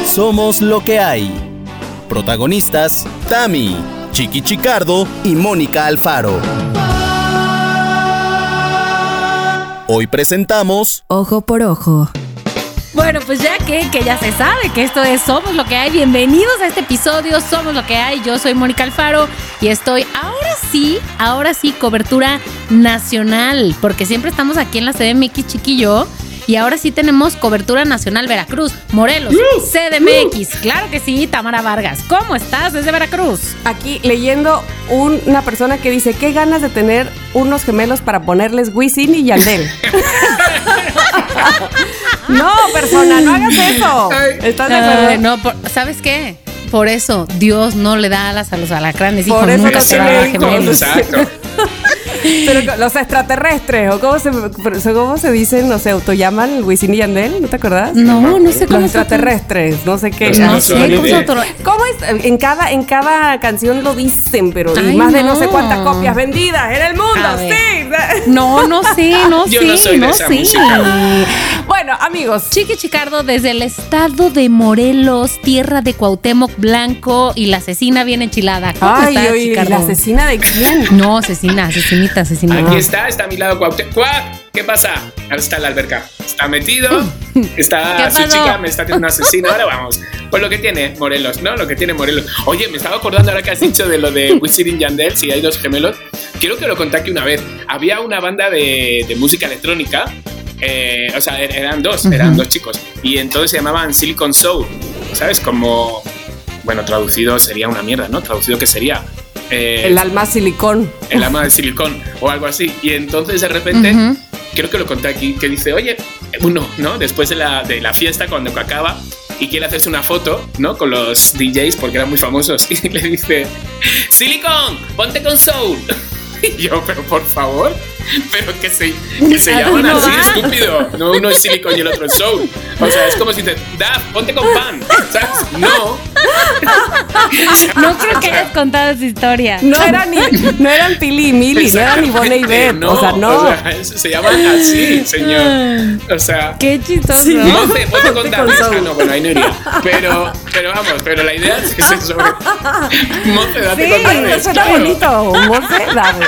Somos lo que hay. Protagonistas: Tami, Chiqui Chicardo y Mónica Alfaro. Hoy presentamos Ojo por Ojo. Bueno, pues ya que ya se sabe que esto es Somos lo que hay. Bienvenidos a este episodio Somos lo que hay. Yo soy Mónica Alfaro y estoy ahora sí, cobertura nacional, porque siempre estamos aquí en la CDMX, Chiquillo. Y ahora sí tenemos cobertura nacional: Veracruz, Morelos, CDMX. Claro que sí, Tamara Vargas. ¿Cómo estás desde Veracruz? Aquí leyendo una persona que dice: qué ganas de tener unos gemelos para ponerles Wisin y Yandel. No, persona, no hagas eso. ¿Estás de acuerdo? ¿Sabes qué? Por eso Dios no le da alas a los alacranes. Por hijo, eso nunca no te va a dar tiene hijos. gemelos. Exacto. Pero los extraterrestres, o cómo se dicen, no se autollaman el Wisin y Yandel, ¿no te acuerdas? No sé cómo. Los extraterrestres, no sé qué. No sé cómo se auto... ¿Cómo es? En cada canción lo dicen, pero Ay, más de no sé cuántas copias vendidas en el mundo, sí. No sé. Yo no soy de esa música. Bueno, amigos, Chiqui Chicardo desde el estado de Morelos, tierra de Cuauhtémoc Blanco y la asesina bien enchilada. ¿Cómo estás, Chicardo? ¿La asesina de quién? No, asesinita. Aquí está a mi lado Cuauhtémoc. ¿Qué pasa? Ahora está en la alberca. Está metido. Está su chica, me está haciendo una asesina. Ahora vamos. Pues lo que tiene Morelos, ¿no? Lo que tiene Morelos. Oye, me estaba acordando ahora que has dicho de lo de Wisin y Yandel, si hay dos gemelos. Quiero que lo conté aquí una vez. Había una banda de música electrónica. O sea, eran dos chicos. Y entonces se llamaban Silicon Soul. ¿Sabes? Como... Bueno, traducido sería una mierda, ¿no? Traducido, ¿qué sería? El alma silicón. El alma de silicón o algo así. Y entonces de repente, creo que lo conté aquí, que dice, oye, uno, ¿no? Después de la fiesta, cuando acaba, y quiere hacerse una foto, ¿no? Con los DJs, porque eran muy famosos. Y le dice, Silicon, ponte con Soul. Y yo, pero por favor, pero que se llaman así, estúpido. No, uno es Silicon y el otro es Soul. O sea, es como si te ponte con pan, ¿sabes? No creo que hayas contado esa historia. No eran Pili y Mili, no eran ni Bonnie y Beth. No, o sea, no. O sea, se llaman así, señor. O sea, qué chistoso. Sí, Moce con David. No, bueno, ahí no iría. Pero vamos, pero la idea es que se sobre. Moce, date con David. Eso suena bonito. Moce, David.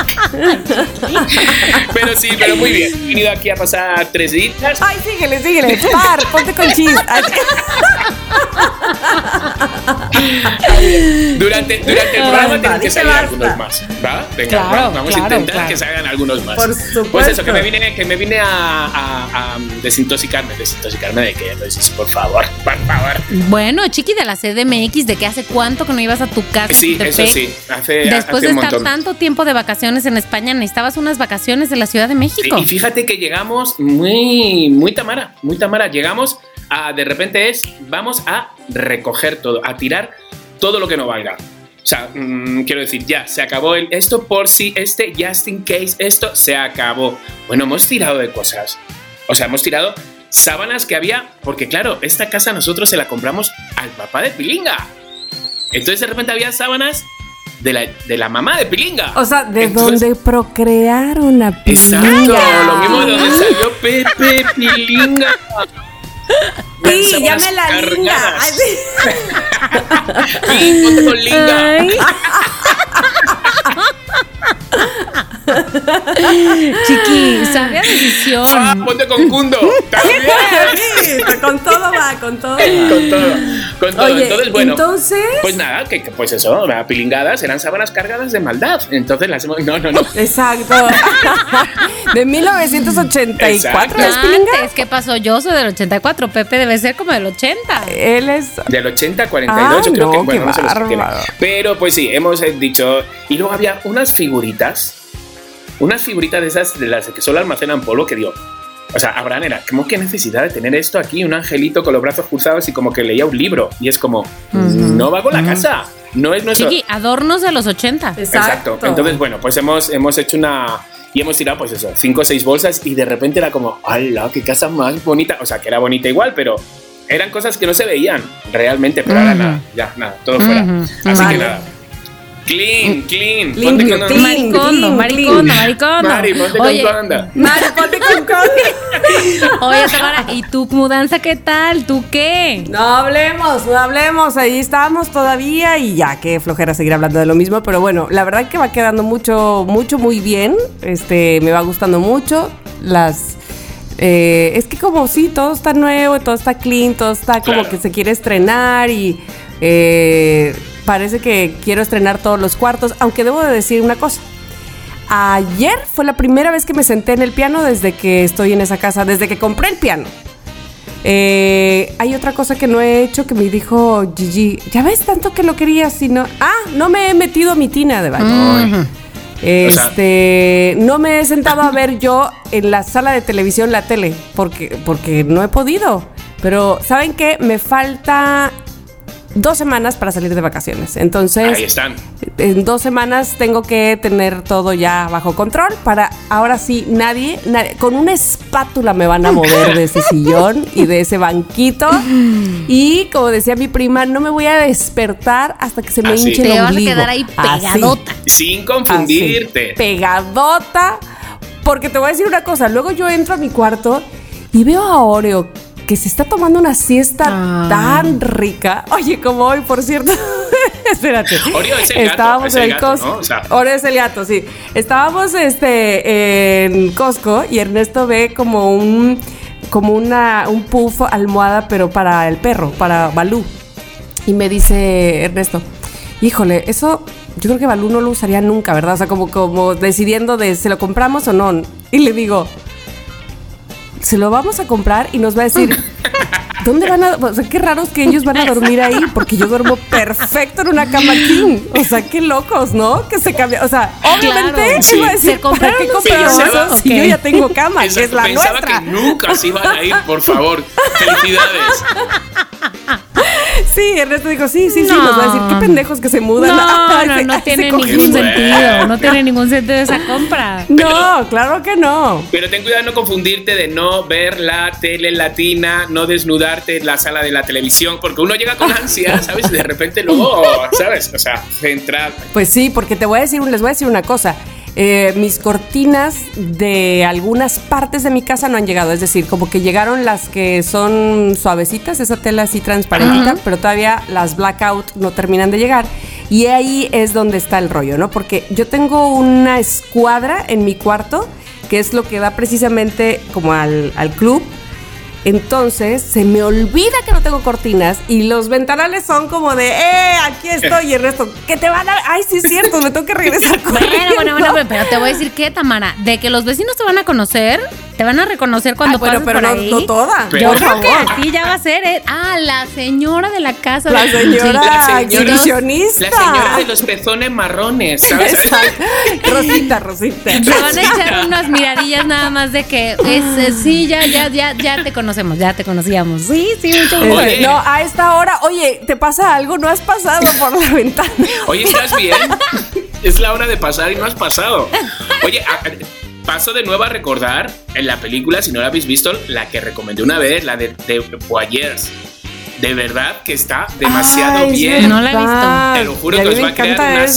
Pero muy bien. He venido aquí a pasar 3 días. Ay, síguele. Ponte con cheese. Durante el programa tienen que salir algunos más, ¿va? Venga, claro, vamos a intentar que salgan algunos más. Por supuesto. Pues eso, que me vine a desintoxicarme de que lo dices, por favor. Bueno, Chiqui, de la CDMX, ¿de que hace cuánto que no ibas a tu casa? Sí, eso sí. Después de un estar montón. tanto tiempo de vacaciones en España, necesitabas unas vacaciones de la Ciudad de México. Sí, y fíjate que llegamos muy Tamara. Llegamos a, de repente vamos a recoger todo, a tirar todo lo que no valga. O sea, quiero decir, ya, se acabó esto por si just in case, esto se acabó. Bueno, hemos tirado de cosas. O sea, hemos tirado sábanas que había, porque claro, esta casa nosotros se la compramos al papá de Pilinga. Entonces de repente había sábanas de la mamá de Pilinga. O sea, donde procrearon a Pilinga. Exacto, lo mismo de donde salió Pepe Pilinga. Sí, llame la Linga. Sí, ponte con Linga. Chiqui, sabia decisión. Ponte con Kundo. También. Sí, con todo va, con todo. Oye, entonces, bueno. Entonces. Pues nada, pues eso, pilingadas, eran sábanas cargadas de maldad. Entonces las hemos. No. Exacto. De 1984, ¿es Pilinga? Antes, ¿qué pasó? Yo soy del 84, Pepe debe ser como del 80. Él es. Del 80 al 42, yo creo que. Bueno, no sé lo que tiene. Pero pues sí, hemos dicho. Y luego había unas figuritas de esas de las que solo almacenan polvo, que digo, o sea, Abraham era, ¿cómo que necesidad de tener esto aquí? Un angelito con los brazos cruzados y como que leía un libro. Y es como, no va con la casa. No es nuestro. Chiqui, adornos de los 80. Exacto. Entonces, bueno, pues hemos hecho una. Y hemos tirado, pues eso, 5 o 6 bolsas. Y de repente era como, ¡hala! ¡Qué casa más bonita! O sea, que era bonita igual, pero eran cosas que no se veían realmente. Pero ahora nada, todo fuera. Así que nada. Clean. Limpio, Ponte Maricondo. Mari, ponte Oye, con onda. Mari, ponte con Oye, Tamara, ¿y tu mudanza qué tal? ¿Tú qué? No hablemos, ahí estamos todavía y ya, qué flojera seguir hablando de lo mismo, pero bueno, la verdad que va quedando muy bien, me va gustando mucho, es que como sí, todo está nuevo, todo está clean, todo está como que se quiere estrenar y parece que quiero estrenar todos los cuartos, aunque debo de decir una cosa. Ayer fue la primera vez que me senté en el piano desde que estoy en esa casa, desde que compré el piano. Hay otra cosa que no he hecho que me dijo Gigi, ya ves tanto que lo querías y no... no me he metido a mi tina de baño. No me he sentado a ver yo en la sala de televisión la tele porque no he podido. Pero ¿saben qué? Me falta 2 semanas para salir de vacaciones. Entonces, ahí están. En 2 semanas tengo que tener todo ya bajo control para ahora sí nadie con una espátula me van a mover de ese sillón y de ese banquito. Y como decía mi prima, no me voy a despertar hasta que se me hinche el ombligo. Te vas a quedar ahí pegadota. Sin confundirte. Pegadota. Porque te voy a decir una cosa. Luego yo entro a mi cuarto y veo a Oreo que se está tomando una siesta tan rica. Oye, como hoy, por cierto. Espérate. Oreo es el gato. Estábamos en el Costco. ¿No? O sea. Oreo es el gato, sí. Estábamos en Costco y Ernesto ve como un puff almohada, pero para el perro, para Balú. Y me dice Ernesto, híjole, eso yo creo que Balú no lo usaría nunca, ¿verdad? O sea, como decidiendo de ¿se lo compramos o no? Y le digo, se lo vamos a comprar y nos va a decir ¿dónde van a...? O sea, qué raros que ellos van a dormir ahí porque yo duermo perfecto en una cama king. O sea, qué locos, ¿no? Que se cambia. O sea, obviamente iba a decir, ¿para qué compraron eso si yo ya tengo cama? Que es la pensaba nuestra. Que nunca se iban a ir, por favor. Felicidades. Sí, Ernesto dijo, sí, nos va a decir, qué pendejos que se mudan. No tiene ningún sentido. No tiene ningún sentido esa compra. No, claro que no. Pero ten cuidado de no confundirte, de no ver la tele latina, no desnudarte en la sala de la televisión, porque uno llega con ansia, ¿sabes? Y de repente luego, ¿sabes? O sea, centrar. Pues sí, porque les voy a decir una cosa. Mis cortinas de algunas partes de mi casa no han llegado, es decir, como que llegaron las que son suavecitas, esa tela así transparentita, pero todavía las blackout no terminan de llegar y ahí es donde está el rollo, ¿no? Porque yo tengo una escuadra en mi cuarto que es lo que da precisamente como al club. Entonces se me olvida que no tengo cortinas y los ventanales son como de aquí estoy y el resto que te van a... Ay, sí es cierto, me tengo que regresar corriendo. Bueno, pero te voy a decir que, Tamara, de que los vecinos te van a conocer, te van a reconocer cuando pases por ahí. No toda. Yo creo que así ya va a ser. La señora de la casa. La señora exhibicionista. La señora de los pezones marrones, ¿sabes? Rosita. Se van a echar unas miradillas nada más de que sí, ya te conocemos, ya te conocíamos. Sí, mucho gusto. No, a esta hora, oye, ¿te pasa algo? ¿No has pasado por la ventana? Oye, ¿estás bien? Es la hora de pasar y no has pasado. Oye, paso de nuevo a recordar en la película, si no la habéis visto, la que recomendé una vez, la de Voyeurs. De verdad que está demasiado bien. No la he visto. Te lo juro que os va a crear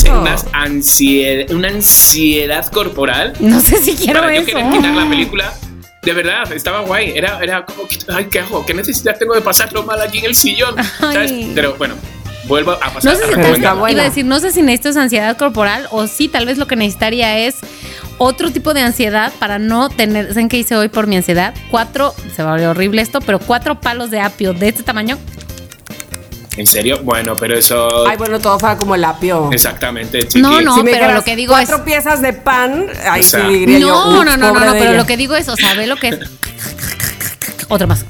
una ansiedad corporal. No sé si quiero para eso. Yo querer quitar la película. De verdad, estaba guay. Era como, ay, ¿qué hago? ¿Qué necesidad tengo de pasarlo mal aquí en el sillón? ¿Sabes? Pero bueno, vuelvo a pasar. No sé si iba a decir, no sé si necesitas ansiedad corporal o sí, tal vez lo que necesitaría es otro tipo de ansiedad para no tener. ¿Saben qué hice hoy por mi ansiedad? 4, se va a ver horrible esto, pero 4 palos de apio de este tamaño. ¿En serio? Bueno, pero eso... Ay, bueno, todo fuera como el apio. Exactamente, chiqui. No, si pero lo que digo 4 piezas de pan, ahí sí diría yo. No, pero lo que digo es, o sea, ve lo que es. Otra más.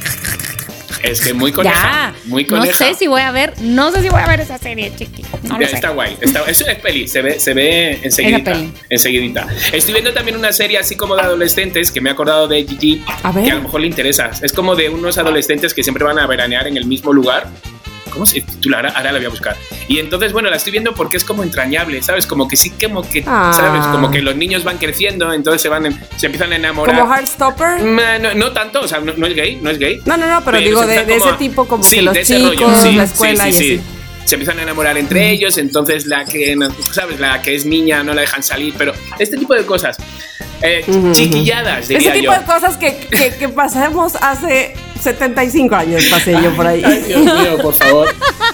Es que muy coneja. Muy coneja. No sé si voy a ver esa serie, chiqui. No lo sé. Está guay. Es peli, se ve enseguidita. Estoy viendo también una serie así como de adolescentes que me he acordado de Gigi, que a lo mejor le interesa. Es como de unos adolescentes que siempre van a veranear en el mismo lugar. ¿Cómo se titula? Ahora la voy a buscar. Y entonces, bueno, la estoy viendo porque es como entrañable, ¿sabes? Como que sí, ¿sabes? Como que los niños van creciendo, entonces se empiezan a enamorar. ¿Como Heartstopper? No tanto, o sea, no es gay. No, pero digo de ese tipo, como que los chicos, la escuela y así. se empiezan a enamorar entre ellos, entonces la que es niña no la dejan salir, pero este tipo de cosas, chiquilladas, diría yo. Ese tipo de cosas que pasamos hace 75 años, pasé yo por ahí. Ay, Dios mío, por favor.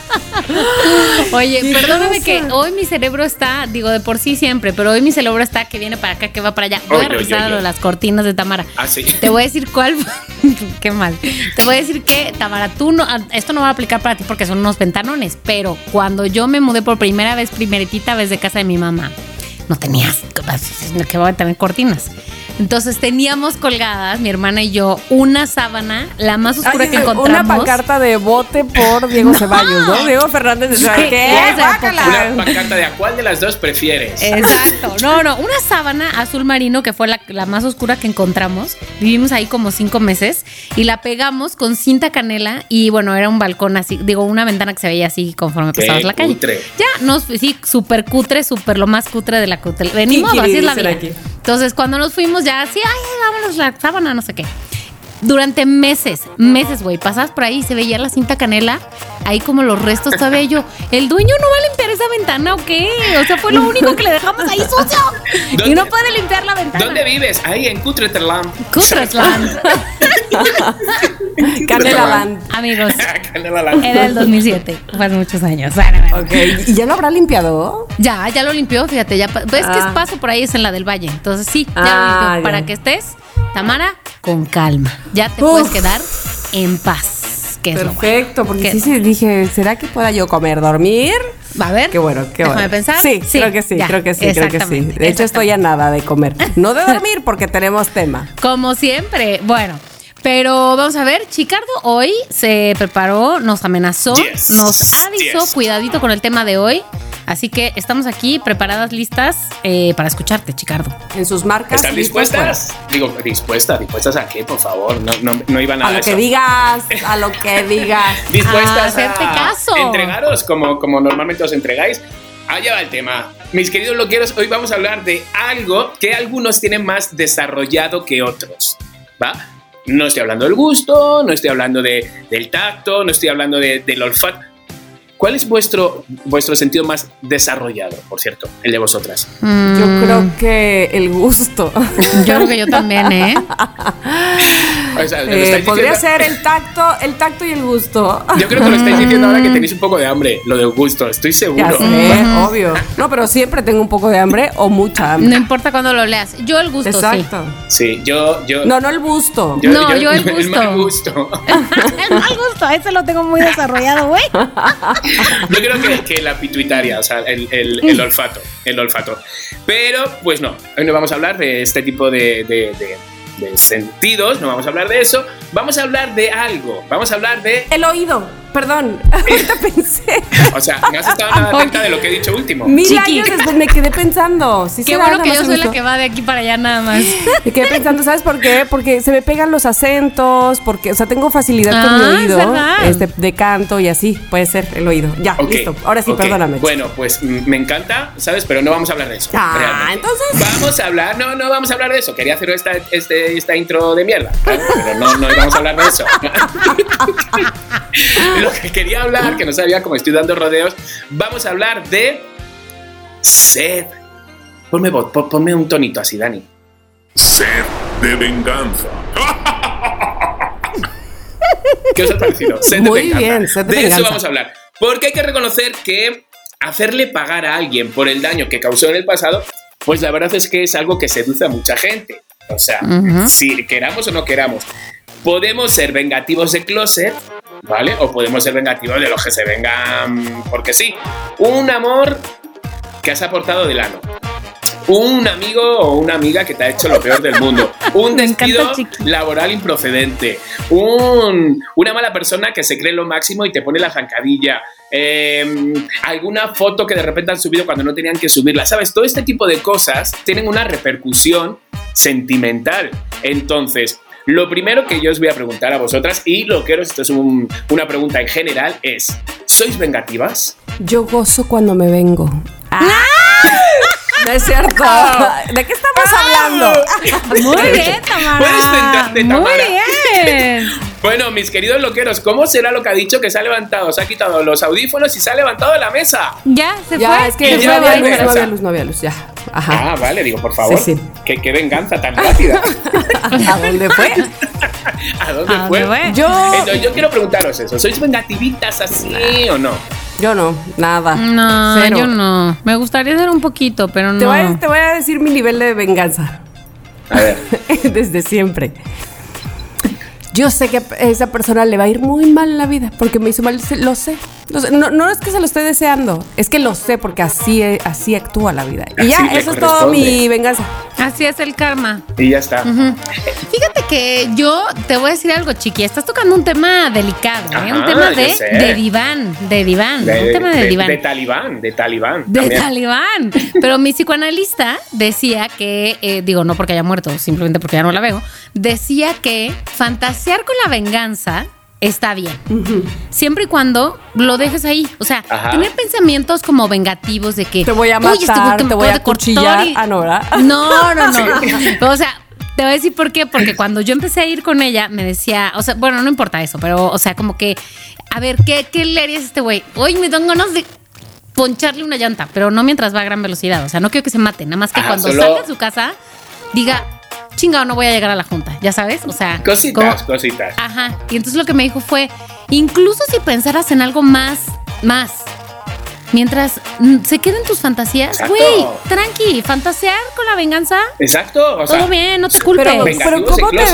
Oye, perdóname que hoy mi cerebro está, digo de por sí siempre, pero hoy mi cerebro está que viene para acá, que va para allá. Voy a revisar las cortinas de Tamara. Ah, sí. Te voy a decir cuál. Qué mal. Te voy a decir que, Tamara, esto no va a aplicar para ti porque son unos ventanones, pero cuando yo me mudé por primeritita vez de casa de mi mamá, no tenías, que voy a tener cortinas. Entonces teníamos colgadas, mi hermana y yo, una sábana, la más oscura que encontramos. Una pancarta de vote por Diego Ceballos, ¿no? Diego Fernández de Ceballos. ¿Qué? Una pancarta de ¿a cuál de las dos prefieres? Exacto. No, una sábana azul marino que fue la más oscura que encontramos. Vivimos ahí como 5 meses y la pegamos con cinta canela y bueno, era un balcón así, digo, una ventana que se veía así conforme pasabas la calle. Cutre. Ya, sí, súper cutre, súper lo más cutre de la cutre. De ni modo, así es la vida. Entonces, cuando nos fuimos ya así, vámonos la sábana, no sé qué. Durante meses, güey, pasabas por ahí y se veía la cinta canela, ahí como los restos todavía. Yo, ¿el dueño no va a limpiar esa ventana o qué? O sea, fue lo único que le dejamos ahí sucio. Y no puede limpiar la ventana. ¿Dónde vives? Ahí en Cutretland. Canelaland. Amigos, Canelaland. era el 2007, fue hace muchos años. Ok, ¿y ya lo habrá limpiado? Ya lo limpió, fíjate, ya ves que paso por ahí es en la del Valle. Entonces sí, ya lo limpió. Ya. Para que estés, Tamara, con calma. Ya te puedes quedar en paz. Que Perfecto, es lo bueno. porque sí dije, ¿será que pueda yo comer, dormir? A ver. Qué bueno. Déjame pensar. Sí, creo que sí. De hecho, estoy a nada de comer. No de dormir porque tenemos tema. Como siempre. Bueno, pero vamos a ver, Chicardo hoy se preparó, nos amenazó, nos avisó, cuidadito con el tema de hoy. Así que estamos aquí preparadas, listas para escucharte, Chicardo. En sus marcas. ¿Están dispuestas? Digo, ¿dispuestas a qué, por favor? No iba nada a lo que digas, a lo que digas. ¿Dispuestas a hacerte caso? Entregaros como normalmente os entregáis? Allá va el tema. Mis queridos loqueros, hoy vamos a hablar de algo que algunos tienen más desarrollado que otros, ¿va? No estoy hablando del gusto, no estoy hablando del tacto, no estoy hablando del olfato. ¿Cuál es vuestro sentido más desarrollado, por cierto, el de vosotras? Yo creo que el gusto. Yo creo que yo también, ¿eh? O sea, podría ser el tacto y el gusto. Yo creo que lo estáis diciendo ahora que tenéis un poco de hambre, lo del gusto, estoy seguro. Ya sé, obvio. No, pero siempre tengo un poco de hambre o mucha hambre. No importa cuándo lo leas. Yo el gusto, exacto. Sí, yo. No el busto. Yo el gusto. El mal gusto. El mal gusto, ese lo tengo muy desarrollado, güey. Yo creo que la pituitaria, o sea, el olfato. Pero, pues no, hoy no vamos a hablar de este tipo de sentidos, no vamos a hablar de eso. Vamos a hablar de algo, vamos a hablar de... El oído, perdón, ahorita pensé. O sea, ¿no has estado nada atenta de lo que he dicho último? 1000 años después me quedé pensando. Sí, qué bueno que yo soy la que va de aquí para allá nada más. Me quedé pensando, ¿sabes por qué? Porque se me pegan los acentos, porque, o sea, tengo facilidad con mi oído, de canto y así, puede ser el oído. Ya, listo, ahora sí, perdóname. Bueno, pues me encanta, ¿sabes? Pero no vamos a hablar de eso. Realmente. Entonces... Vamos a hablar, no vamos a hablar de eso. Quería hacer esta intro de mierda, claro, pero no vamos a hablar de eso. Lo que quería hablar, que no sabía cómo estoy dando rodeos, vamos a hablar de sed. Ponme un tonito así, Dani. Sed de venganza. ¿Qué os ha parecido? Sed Muy de venganza. bien, sed de venganza. Eso vamos a hablar. Porque hay que reconocer que hacerle pagar a alguien por el daño que causó en el pasado, pues la verdad es que es algo que seduce a mucha gente. O sea, si queramos o no queramos, podemos ser vengativos de closet, ¿vale? O podemos ser vengativos de los que se vengan porque sí. Un amor que has aportado del ano. Un amigo o una amiga que te ha hecho lo peor del mundo. Un despido laboral improcedente. Una mala persona que se cree lo máximo y te pone la zancadilla. Alguna foto que de repente han subido cuando no tenían que subirla. ¿Sabes? Todo este tipo de cosas tienen una repercusión sentimental. Entonces, lo primero que yo os voy a preguntar a vosotras, y loqueros, esto es una pregunta en general, es: ¿sois vengativas? Yo gozo cuando me vengo. No es cierto. ¿De qué estamos hablando? Muy bien, Tamara. ¿Puedes sentarte, Tamara? Muy bien. Bueno, mis queridos loqueros, ¿cómo será lo que ha dicho? Que se ha levantado, se ha quitado los audífonos y se ha levantado de la mesa. Ya, se ya, fue. Es que ya no había luz, ya. Ajá. Ah, vale, digo, por favor. Sí. ¿Qué venganza tan rápida? ¿A dónde fue? ¿A dónde fue? Yo quiero preguntaros eso. ¿Sois vengativitas así o no? Yo no, nada. No, cero. yo no. Me gustaría ser un poquito, pero no. Te voy a decir mi nivel de venganza. A ver. Desde siempre. Yo sé que a esa persona le va a ir muy mal en la vida porque me hizo mal, lo sé. No es que se lo esté deseando, es que lo sé porque así actúa la vida. Y ya, eso es todo mi venganza. Así es el karma. Y ya está. Fíjate que yo te voy a decir algo, Chiqui. Estás tocando un tema delicado, ¿eh? Ajá, un tema de diván. Un tema de diván. De talibán. De talibán. Pero mi psicoanalista decía que, no porque haya muerto, simplemente porque ya no la veo, decía que fantasear con la venganza está bien. Siempre y cuando lo dejes ahí. O sea, tener pensamientos como vengativos de que te voy a matar, te voy a cuchillar. No, ¿verdad? No. O sea, te voy a decir por qué. Porque cuando yo empecé a ir con ella, me decía, o sea, bueno, no importa eso, pero, o sea, como que, a ver, ¿qué le harías a este güey? Hoy me dan ganas de poncharle una llanta, pero no mientras va a gran velocidad. O sea, no quiero que se mate. Nada más que cuando salga de su casa, diga, chingado, no voy a llegar a la junta, ya sabes, o sea... Cositas. Ajá, y entonces lo que me dijo fue, incluso si pensaras en algo más, mientras se queden tus fantasías, güey, tranqui, fantasear con la venganza. Exacto, o sea... Todo bien, no te culpes. Pero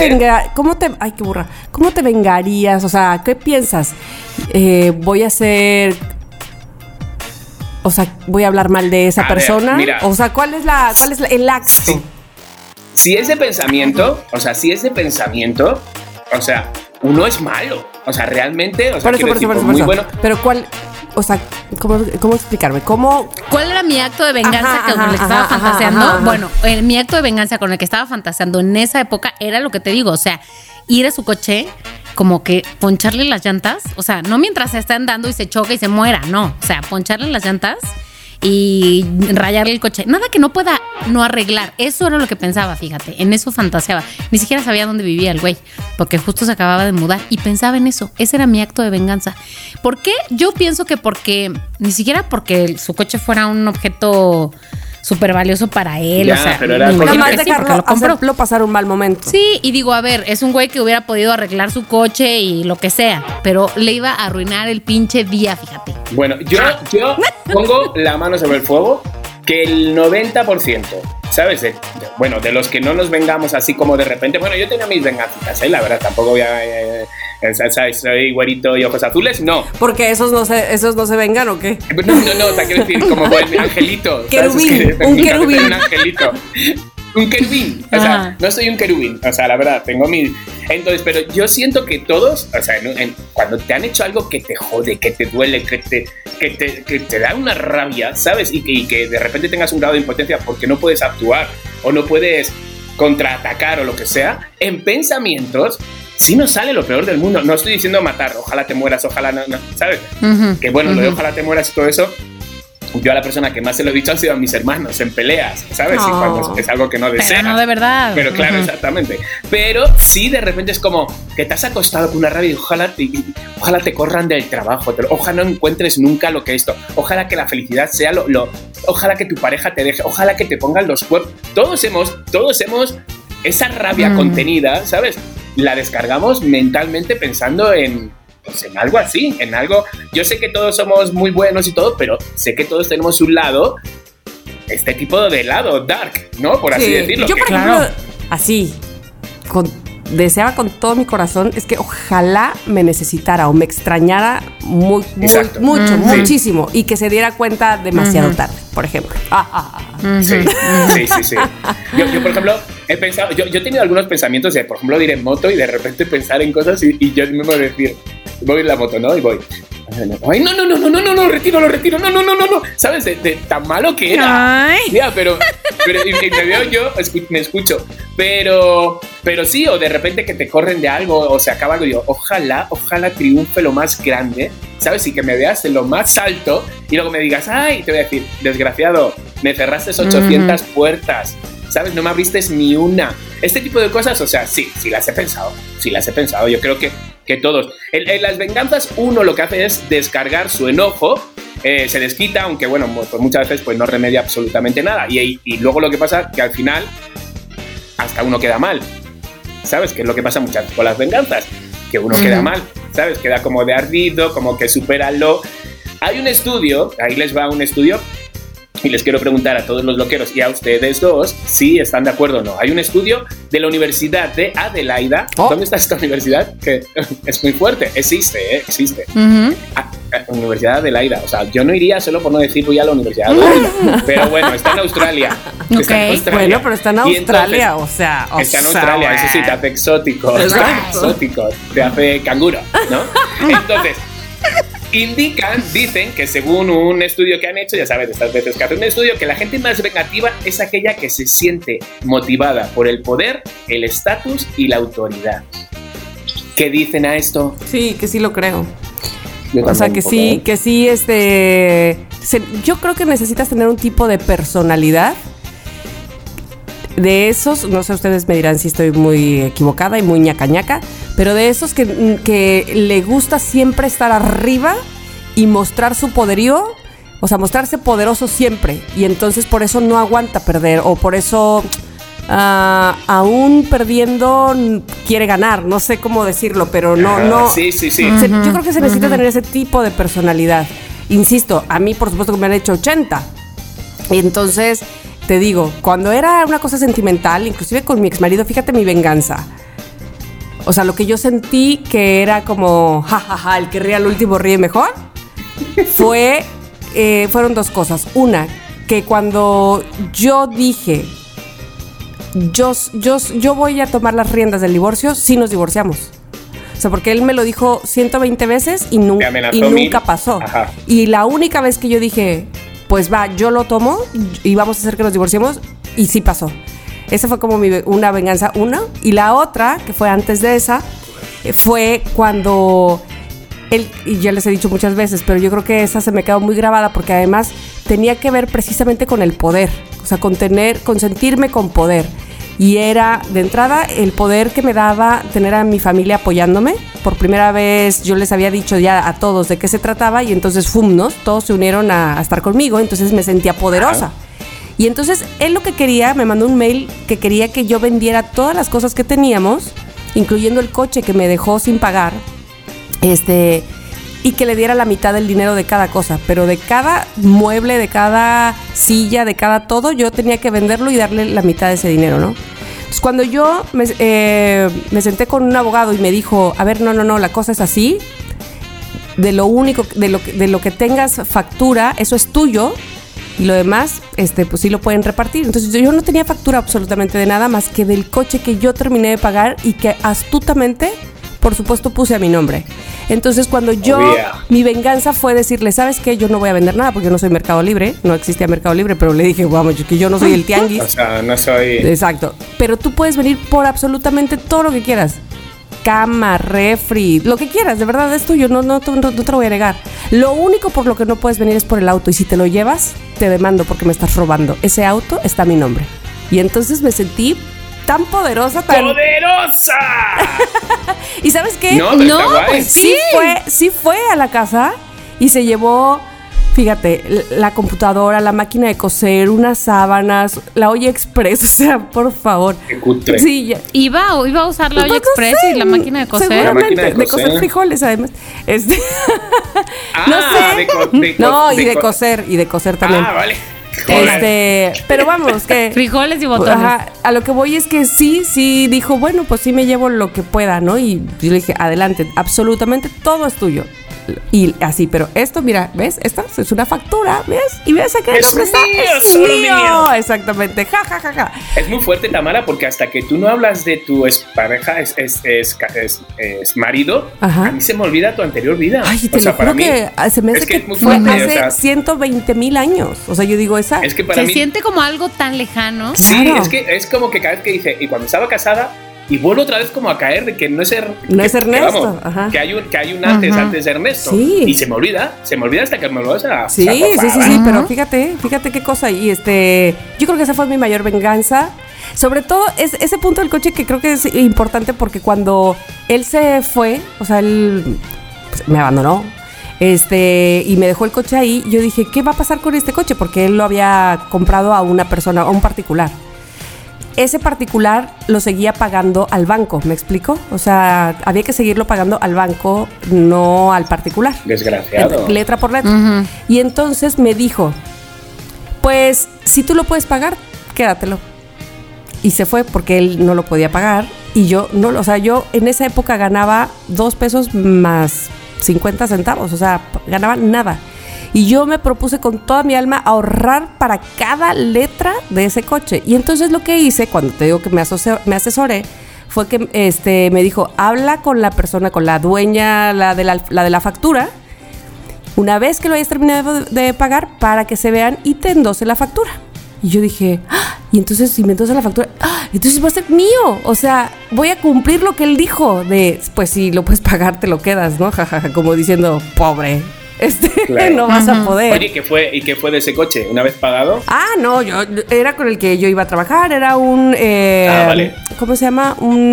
¿cómo te vengarías? O sea, ¿qué piensas? Voy a hacer... O sea, voy a hablar mal de esa persona. Mira, o sea, ¿cuál es el acto? Sí. Si es de pensamiento, o sea, uno es malo. O sea, realmente, o sea, por eso. muy bueno. Pero ¿cuál? O sea, ¿cómo explicarme? ¿Cuál era mi acto de venganza con el que estaba fantaseando? Bueno, mi acto de venganza con el que estaba fantaseando en esa época era lo que te digo, o sea, ir a su coche, como que poncharle las llantas, o sea, no mientras se está andando y se choca y se muera, no, o sea, poncharle las llantas y rayarle el coche. Nada que no pueda no arreglar. Eso era lo que pensaba, fíjate. En eso fantaseaba. Ni siquiera sabía dónde vivía el güey, porque justo se acababa de mudar y pensaba en eso. Ese era mi acto de venganza. ¿Por qué? Yo pienso que ni siquiera porque su coche fuera un objeto súper valioso para él, ya, o sea, pero era nada más dejarlo, hacerlo pasar un mal momento. Sí, y digo, a ver, es un güey que hubiera podido arreglar su coche y lo que sea, pero le iba a arruinar el pinche día, fíjate. Bueno, yo pongo la mano sobre el fuego que el 90%, ¿sabes? De los que no nos vengamos así como de repente. Bueno, yo tenía mis venganzas, la verdad, tampoco voy a... soy güerito y ojos azules, no. ¿Porque esos no se vengan o qué? No, te quiero decir, como buen angelito. Un querubín. Un angelito. Un querubín, o sea, no soy un querubín, o sea, la verdad, tengo mis... Entonces, pero yo siento que todos, o sea, cuando te han hecho algo que te jode, que te duele, que te da una rabia, ¿sabes? Y que de repente tengas un grado de impotencia porque no puedes actuar o no puedes contraatacar o lo que sea, en pensamientos sí nos sale lo peor del mundo. No estoy diciendo matar, ojalá te mueras, ojalá no, ¿sabes? Que bueno, lo de ojalá te mueras y todo eso... Yo a la persona que más se lo he dicho han sido a mis hermanos en peleas, ¿sabes? Y cuando es algo que no deseas. Pero no de verdad. Pero claro, exactamente. Pero sí, de repente es como que te has acostado con una rabia y ojalá te corran del trabajo, ojalá no encuentres nunca lo que esto, ojalá que la felicidad sea ojalá que tu pareja te deje, ojalá que te pongan los cuerpos. Todos hemos esa rabia contenida, ¿sabes? La descargamos mentalmente pensando en algo así, en algo... Yo sé que todos somos muy buenos y todo, pero sé que todos tenemos un lado, este tipo de lado dark, ¿no? Por así decirlo. Yo, por ejemplo, así, deseaba con todo mi corazón, es que ojalá me necesitera o me extrañara muchísimo, y que se diera cuenta demasiado tarde, por ejemplo. Sí. Yo, por ejemplo, he pensado... Yo he tenido algunos pensamientos de, por ejemplo, de ir en moto y de repente pensar en cosas y yo mismo decir... Voy en la moto, ¿no? Y voy... Ay, no, retiro, no. ¿Sabes? De tan malo que era. Ay. Ya, pero y me veo yo, me escucho. Pero sí, o de repente que te corren de algo o se acaba algo y digo, ojalá triunfe lo más grande, ¿sabes? Y que me veas en lo más alto y luego me digas, ay, te voy a decir, desgraciado, me cerraste 800 puertas, ¿sabes? No me abriste ni una. Este tipo de cosas, o sea, sí las he pensado. Yo creo que que todos. En las venganzas uno lo que hace es descargar su enojo, se desquita, aunque bueno, pues muchas veces pues no remedia absolutamente nada. Y luego lo que pasa que al final hasta uno queda mal, ¿sabes? Que es lo que pasa muchas veces con las venganzas, que uno queda mal, ¿sabes? Queda como de ardido, como que supéralo. Hay un estudio, ahí les va un estudio, y les quiero preguntar a todos los loqueros y a ustedes dos si están de acuerdo o no. Hay un estudio de la Universidad de Adelaida. ¿Dónde está esta universidad? Que es muy fuerte. Existe. Universidad de Adelaida. O sea, yo no iría solo por no decir voy a la Universidad de Adelaida. Pero bueno, está en Australia. Okay. Está en Australia. Bueno, pero está en Australia, entonces, está en Australia, bueno. eso sí, te hace exótico. Te hace canguro, ¿no? Entonces, dicen que según un estudio que han hecho, ya sabes, estas veces que hacen un estudio, que la gente más vengativa es aquella que se siente motivada por el poder, el estatus y la autoridad. ¿Qué dicen a esto? Sí, que sí lo creo. Yo o sea, que sí, yo creo que necesitas tener un tipo de personalidad de esos, no sé, ustedes me dirán si estoy muy equivocada y muy ñaca, pero de esos que le gusta siempre estar arriba y mostrar su poderío, o sea, mostrarse poderoso siempre, y entonces por eso no aguanta perder, o por eso aún perdiendo quiere ganar, no sé cómo decirlo, pero no. Sí. Yo creo que se necesita tener ese tipo de personalidad. Insisto, a mí por supuesto que me han hecho 80, y entonces te digo, cuando era una cosa sentimental, inclusive con mi exmarido, fíjate mi venganza. O sea, lo que yo sentí que era como, jajaja, el que ríe al último ríe mejor, fueron dos cosas. Una, que cuando yo dije, yo voy a tomar las riendas del divorcio, sí nos divorciamos. O sea, porque él me lo dijo 120 veces y nunca pasó. Ajá. Y la única vez que yo dije, pues va, yo lo tomo y vamos a hacer que nos divorciemos, y sí pasó. Esa fue como una venganza, una. Y la otra, que fue antes de esa, fue cuando él, y ya les he dicho muchas veces, pero yo creo que esa se me quedó muy grabada porque además tenía que ver precisamente con el poder, o sea, con sentirme con poder. Y era, de entrada, el poder que me daba tener a mi familia apoyándome. Por primera vez yo les había dicho ya a todos de qué se trataba, y entonces todos se unieron a estar conmigo, entonces me sentía poderosa. Y entonces él lo que quería, me mandó un mail que quería que yo vendiera todas las cosas que teníamos, incluyendo el coche que me dejó sin pagar, y que le diera la mitad del dinero de cada cosa, pero de cada mueble, de cada silla, de cada todo, yo tenía que venderlo y darle la mitad de ese dinero, ¿no? Entonces, cuando yo me senté con un abogado y me dijo, a ver, no, la cosa es así, de lo que tengas factura, eso es tuyo, y lo demás, pues sí lo pueden repartir. Entonces yo no tenía factura absolutamente de nada más que del coche que yo terminé de pagar y que astutamente, por supuesto, puse a mi nombre. Entonces cuando mi venganza fue decirle, ¿sabes qué? Yo no voy a vender nada porque yo no soy Mercado Libre, no existía Mercado Libre, pero le dije, vamos, que yo no soy el tianguis. O sea, no soy... Exacto, pero tú puedes venir por absolutamente todo lo que quieras. Cama, refri, lo que quieras, de verdad es tuyo, no te lo voy a negar. Lo único por lo que no puedes venir es por el auto, y si te lo llevas, te demando porque me estás robando. Ese auto está a mi nombre. Y entonces me sentí tan poderosa, ¡poderosa! ¿Y sabes qué? No, pues sí fue a la casa y se llevó, fíjate, la computadora, la máquina de coser, unas sábanas, la olla express, o sea, por favor. Qué cutre. Sí, ya. ¿Iba a usar la olla express y la máquina de coser? Seguramente, de coser frijoles, además. No sé. Y de coser también. Ah, vale. Pero vamos, que frijoles y botones. Ajá, a lo que voy es que sí dijo, bueno, pues sí me llevo lo que pueda, ¿no? Y yo le dije, adelante, absolutamente todo es tuyo. Y así, pero esto, mira, ¿ves? Esta es una factura, ¿ves? Y ves acá el nombre está. Es mío. Exactamente. Ja. Es muy fuerte, Tamara, porque hasta que tú no hablas de tu pareja, es marido, ajá, a mí se me olvida tu anterior vida. Ay, te lo juro que se me hace que fue hace 120,000 años. O sea, yo digo, esa. Es que para mí siente como algo tan lejano. Sí, claro. Es que es como que cada vez que dice, y cuando estaba casada, y vuelvo otra vez como a caer de que no es Ernesto, que, vamos, ajá, que hay un antes de Ernesto, sí, y se me olvida hasta que me lo vas a sí, pero fíjate qué cosa, y yo creo que esa fue mi mayor venganza. Sobre todo ese punto del coche que creo que es importante porque cuando él se fue, o sea, él pues, me abandonó, y me dejó el coche ahí, yo dije, ¿qué va a pasar con este coche? Porque él lo había comprado a una persona, a un particular. Ese particular lo seguía pagando al banco, ¿me explico? O sea, había que seguirlo pagando al banco, no al particular. Desgraciado. Letra por letra. Uh-huh. Y entonces me dijo, pues, si tú lo puedes pagar, quédatelo. Y se fue porque él no lo podía pagar. Y yo, no, o sea, yo en esa época ganaba 2 pesos más 50 centavos. O sea, ganaba nada. Y yo me propuse con toda mi alma ahorrar para cada letra de ese coche. Y entonces lo que hice, cuando te digo que me asesoré, fue que me dijo, habla con la persona, con la dueña, la de la factura, una vez que lo hayas terminado de pagar, para que se vean y te endose la factura. Y yo dije, y entonces si me endosa la factura, entonces va a ser mío. O sea, voy a cumplir lo que él dijo de, pues si lo puedes pagar, te lo quedas, ¿no? Jajaja, como diciendo, pobre. Claro. No vas a poder. Oye, ¿y qué fue de ese coche? ¿Una vez pagado? No, yo era con el que yo iba a trabajar, era un vale. ¿cómo se llama?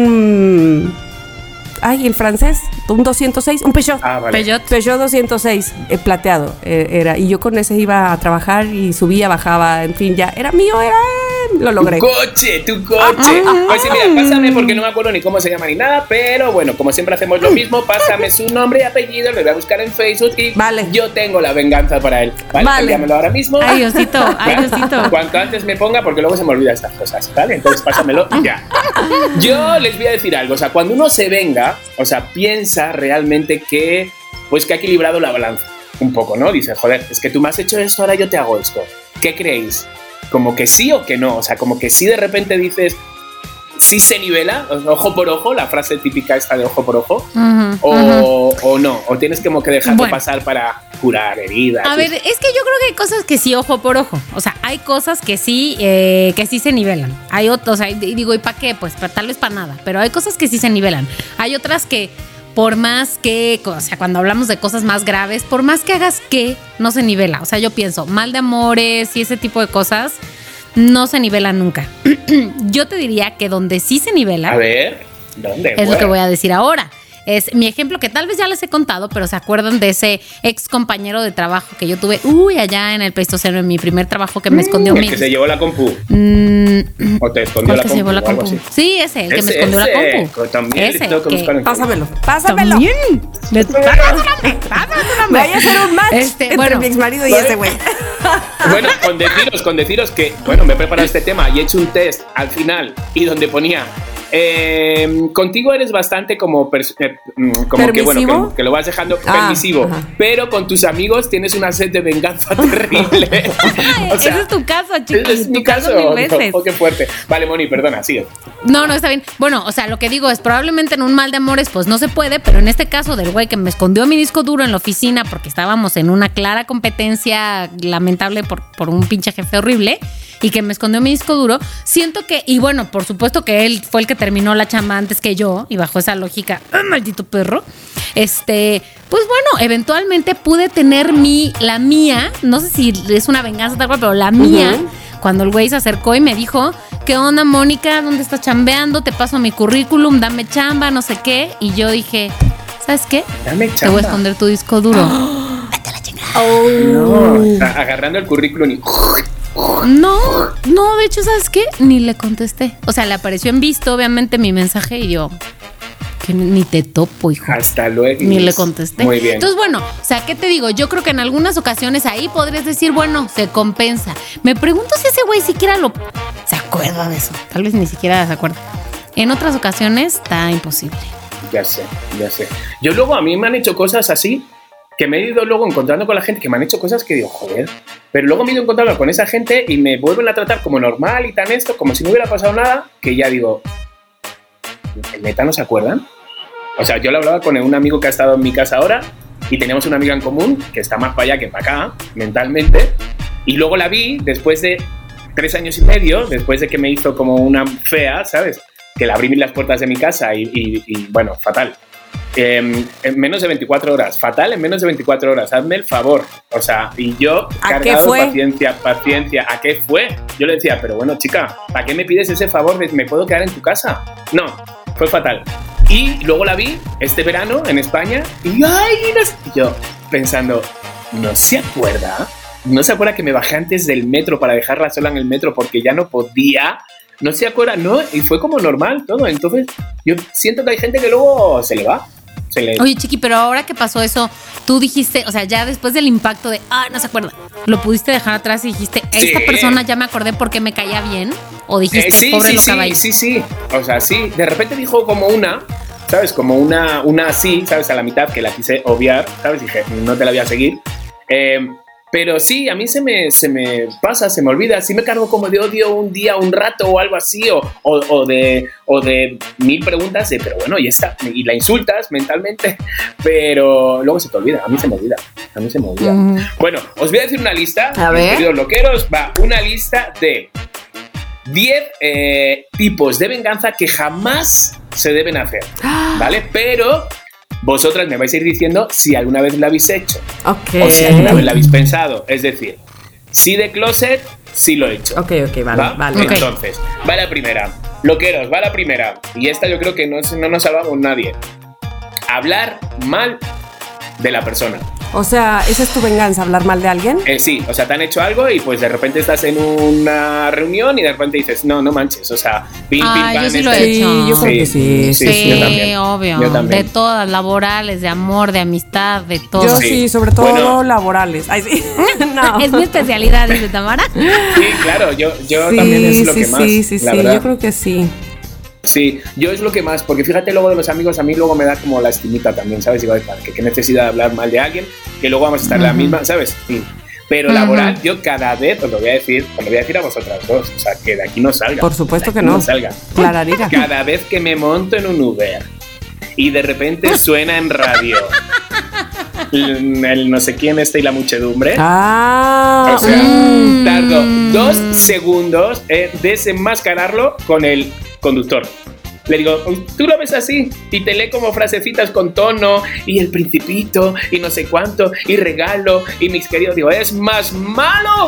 El francés, un 206, un Peugeot. Vale. Peugeot 206, plateado era, y yo con ese iba a trabajar y subía, bajaba, en fin, ya era mío, lo logré. Tu coche. Pues sí, mira, pásame, porque no me acuerdo ni cómo se llama ni nada, pero bueno, como siempre hacemos lo mismo, pásame su nombre y apellido, lo voy a buscar en Facebook y yo tengo la venganza para él. Vale. Envíamelo ahora mismo. Ay, Diosito. Cuanto antes me ponga, porque luego se me olvida estas cosas, ¿vale? Entonces pásamelo ya. Yo les voy a decir algo, o sea, cuando uno se venga, o sea, piensa realmente que ha equilibrado la balanza un poco, ¿no? Dice, joder, es que tú me has hecho esto, ahora yo te hago esto. ¿Qué creéis? ¿Como que sí o que no? O sea, como que sí de repente dices, sí se nivela, ojo por ojo, la frase típica esta de ojo por ojo, o no, o tienes como que dejarlo pasar para curar heridas. A ver, es que yo creo que hay cosas que sí, ojo por ojo. O sea, hay cosas que sí se nivelan. Hay otras, digo, ¿y para qué? Pues tal vez para nada, pero hay cosas que sí se nivelan. Hay otras que por más que, o sea, cuando hablamos de cosas más graves, por más que hagas no se nivela. O sea, yo pienso, mal de amores y ese tipo de cosas no se nivelan nunca. Yo te diría que donde sí se nivela. A ver, ¿dónde? Es lo que voy a decir ahora. Es mi ejemplo que tal vez ya les he contado, pero ¿se acuerdan de ese ex compañero de trabajo que yo tuve allá en el Pleistoceno, en mi primer trabajo, que me escondió el que se llevó la compu? ¿O te escondió la compu? Se llevó la compu? Sí, el que me escondió la compu. También ese, tengo que buscar en Pásamelo. También. Me vaya a hacer un match entre mi exmarido y ese güey. Bueno, con deciros que, bueno, me he preparado este tema y he hecho un test al final y donde ponía contigo eres bastante como que bueno, que lo vas dejando permisivo, pero con tus amigos tienes una sed de venganza terrible. O sea, ese es tu caso, chicos. Es mi caso. Mil veces. No, qué fuerte. Vale, Moni, perdona, sigue. No, está bien. Bueno, o sea, lo que digo es, probablemente en un mal de amores pues no se puede, pero en este caso del güey que me escondió mi disco duro en la oficina porque estábamos en una clara competencia lamentable por un pinche jefe horrible, y que me escondió mi disco duro, siento que, y bueno, por supuesto que él fue el que terminó la chamba antes que yo, y bajo esa lógica, maldito perro, pues bueno, eventualmente pude tener la mía, no sé si es una venganza tal cual, pero la mía, cuando el güey se acercó y me dijo, ¿qué onda, Mónica? ¿Dónde estás chambeando? Te paso mi currículum, dame chamba, no sé qué, y yo dije, ¿sabes qué? Dame chamba. Te voy a esconder tu disco duro. Vete a la chingada. No, agarrando el currículum y... No, de hecho, ¿sabes qué? Ni le contesté. O sea, le apareció en visto, obviamente, mi mensaje y yo, que ni te topo, hijo. Hasta luego. Ni le contesté. Muy bien. Entonces, bueno, o sea, ¿qué te digo? Yo creo que en algunas ocasiones ahí podrías decir, bueno, se compensa. Me pregunto si ese güey siquiera se acuerda de eso. Tal vez ni siquiera se acuerda. En otras ocasiones está imposible. Ya sé. Yo luego, a mí me han hecho cosas así, que me he ido luego encontrando con la gente, que me han hecho cosas que digo, joder, pero luego me he ido encontrando con esa gente y me vuelven a tratar como normal y tan esto, como si no hubiera pasado nada, que ya digo, ¿neta no se acuerdan? O sea, yo lo hablaba con un amigo que ha estado en mi casa ahora y teníamos una amiga en común que está más para allá que para acá, mentalmente, y luego la vi después de 3 años y medio, después de que me hizo como una fea, ¿sabes? Que le abrí las puertas de mi casa y bueno, fatal. en menos de 24 horas, fatal en menos de 24 horas, hazme el favor. O sea, y yo cargado paciencia, ¿a qué fue? Yo le decía, pero bueno, chica, ¿para qué me pides ese favor de me puedo quedar en tu casa? No, fue fatal. Y luego la vi este verano en España y yo pensando, ¿no se acuerda que me bajé antes del metro para dejarla sola en el metro porque ya no podía? No se acuerda, ¿no? Y fue como normal todo. Entonces yo siento que hay gente que luego se le va. Oye, Chiqui, pero ahora que pasó eso, tú dijiste, o sea, ya después del impacto de, no se acuerda, ¿lo pudiste dejar atrás y dijiste, esta persona ya me acordé porque me caía bien? ¿O dijiste, pobre loca Baí? Sí. O sea, sí. De repente dijo como una, ¿sabes? Como una así, ¿sabes? A la mitad, que la quise obviar, ¿sabes? Dije, no te la voy a seguir. Pero sí, a mí se me pasa, se me olvida. Sí me cargo como de odio un día, un rato o algo así, o de 1000 preguntas de, pero bueno, y la insultas mentalmente, pero luego se te olvida. A mí se me olvida. Bueno, os voy a decir una lista, queridos loqueros, una lista de 10 tipos de venganza que jamás se deben hacer, ¿vale? Pero vosotras me vais a ir diciendo si alguna vez lo habéis hecho. O si alguna vez lo habéis pensado. Es decir, sí de closet, sí lo he hecho. Ok, vale. Entonces, va la primera. Loqueros, va la primera. Y esta yo creo que no nos salvamos nadie. Hablar mal de la persona. O sea, ¿esa es tu venganza, hablar mal de alguien? Sí, o sea, te han hecho algo y pues de repente estás en una reunión y de repente dices, no manches, o sea, pim, pam. Yo sí lo he hecho. Yo creo que sí. Sí, yo también. Obvio. Yo también. De todas, laborales, de amor, de amistad, de todo. Yo sí, sobre todo laborales. Ay, sí. No. Es mi especialidad, dice Tamara. Sí, claro, yo también es lo que más. Sí, yo creo que sí. Sí, yo es lo que más, porque fíjate luego de los amigos, a mí luego me da como la estimita también, ¿sabes? Digo, qué necesidad de hablar mal de alguien, que luego vamos a estar la misma, ¿sabes? Sí. Pero laboral, yo cada vez os lo voy a decir a vosotras dos, o sea, que de aquí no salga. Por supuesto que no. Salga. Clararira. Cada vez que me monto en un Uber y de repente suena en radio el no sé quién y la muchedumbre. O sea, tardo 2 segundos en desenmascararlo con el conductor. Le digo, tú lo ves así y te lee como frasecitas con tono y el principito y no sé cuánto y regalo y mis queridos, digo, es más malo.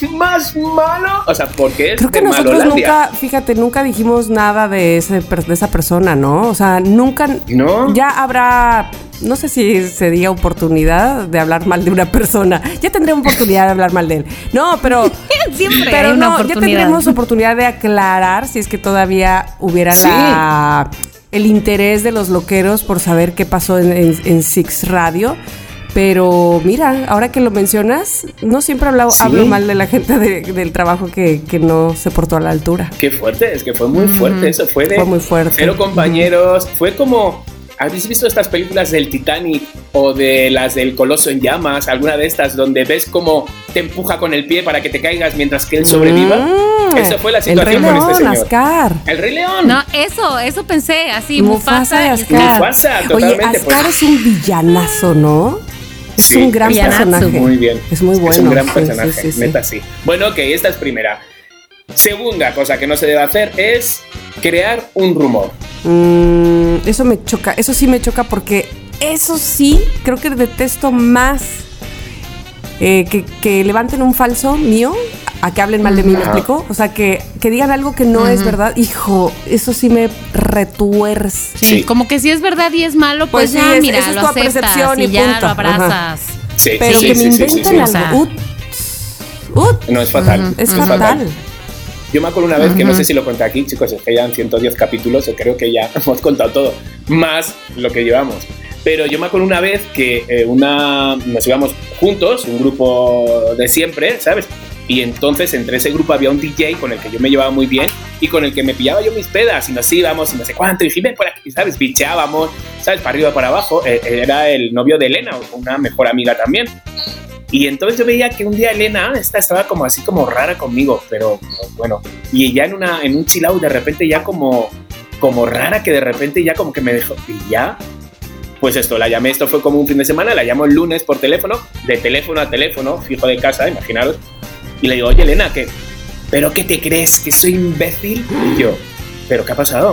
O sea, porque es creo que nosotros nunca dijimos nada de esa persona, ¿no? O sea, nunca. ¿No? Ya habrá, no sé si se diga oportunidad de hablar mal de una persona. Ya tendremos oportunidad de hablar mal de él. No, pero siempre pero hay una no, oportunidad. Ya tendremos oportunidad de aclarar si es que todavía hubiera el interés de los loqueros por saber qué pasó en Six Radio. Pero mira, ahora que lo mencionas, no siempre hablo mal de la gente del trabajo que no se portó a la altura. Qué fuerte, es que fue muy fuerte eso. Fue muy fuerte. 0 compañeros, fue como... ¿Habéis visto estas películas del Titanic o de las del Coloso en Llamas? Alguna de estas donde ves cómo te empuja con el pie para que te caigas mientras que él sobreviva. Esa fue la situación con este señor. Ascar. El Rey León. No, eso pensé, así, Mufasa y Ascar. Mufasa, totalmente. Oye, Ascar es un villanazo, ¿no? Es un gran personaje. Muy bien. Es muy bueno. Es un gran personaje, neta sí. Bueno, ok, esta es primera. Segunda cosa que no se debe hacer es crear un rumor. Eso me choca, eso sí me choca porque eso sí, creo que detesto más que levanten un falso mío a que hablen mal de mí, ¿me explico? O sea, que digan algo que no es verdad. Hijo, eso sí me retuerce. Sí, como que si es verdad y es malo, pues ya, mira, esa es lo aceptas y ya punto. Lo abrazas. Sí, pero que me inventen algo. No, es fatal. Es fatal. Yo me acuerdo una vez que no sé si lo conté aquí, chicos, es que ya en 110 capítulos, o creo que ya hemos contado todo, más lo que llevamos. Pero yo me acuerdo una vez que nos íbamos juntos, un grupo de siempre, ¿sabes? Y entonces entre ese grupo había un DJ con el que yo me llevaba muy bien y con el que me pillaba yo mis pedas y nos íbamos y no sé cuánto. Y dije, ven por aquí, ¿sabes? Bicheábamos, ¿sabes? Para arriba, para abajo. Era el novio de Elena, una mejor amiga también. Y entonces yo veía que un día Elena estaba como así como rara conmigo, pero bueno. Y ya en un chill out de repente ya como rara, que de repente ya como que me dejó. Y ya, pues esto, la llamé, esto fue como un fin de semana, la llamo el lunes por teléfono, de teléfono a teléfono, fijo de casa, imaginaros. Y le digo, oye Elena, ¿pero qué te crees? ¿Que soy imbécil? Y yo, ¿pero qué ha pasado?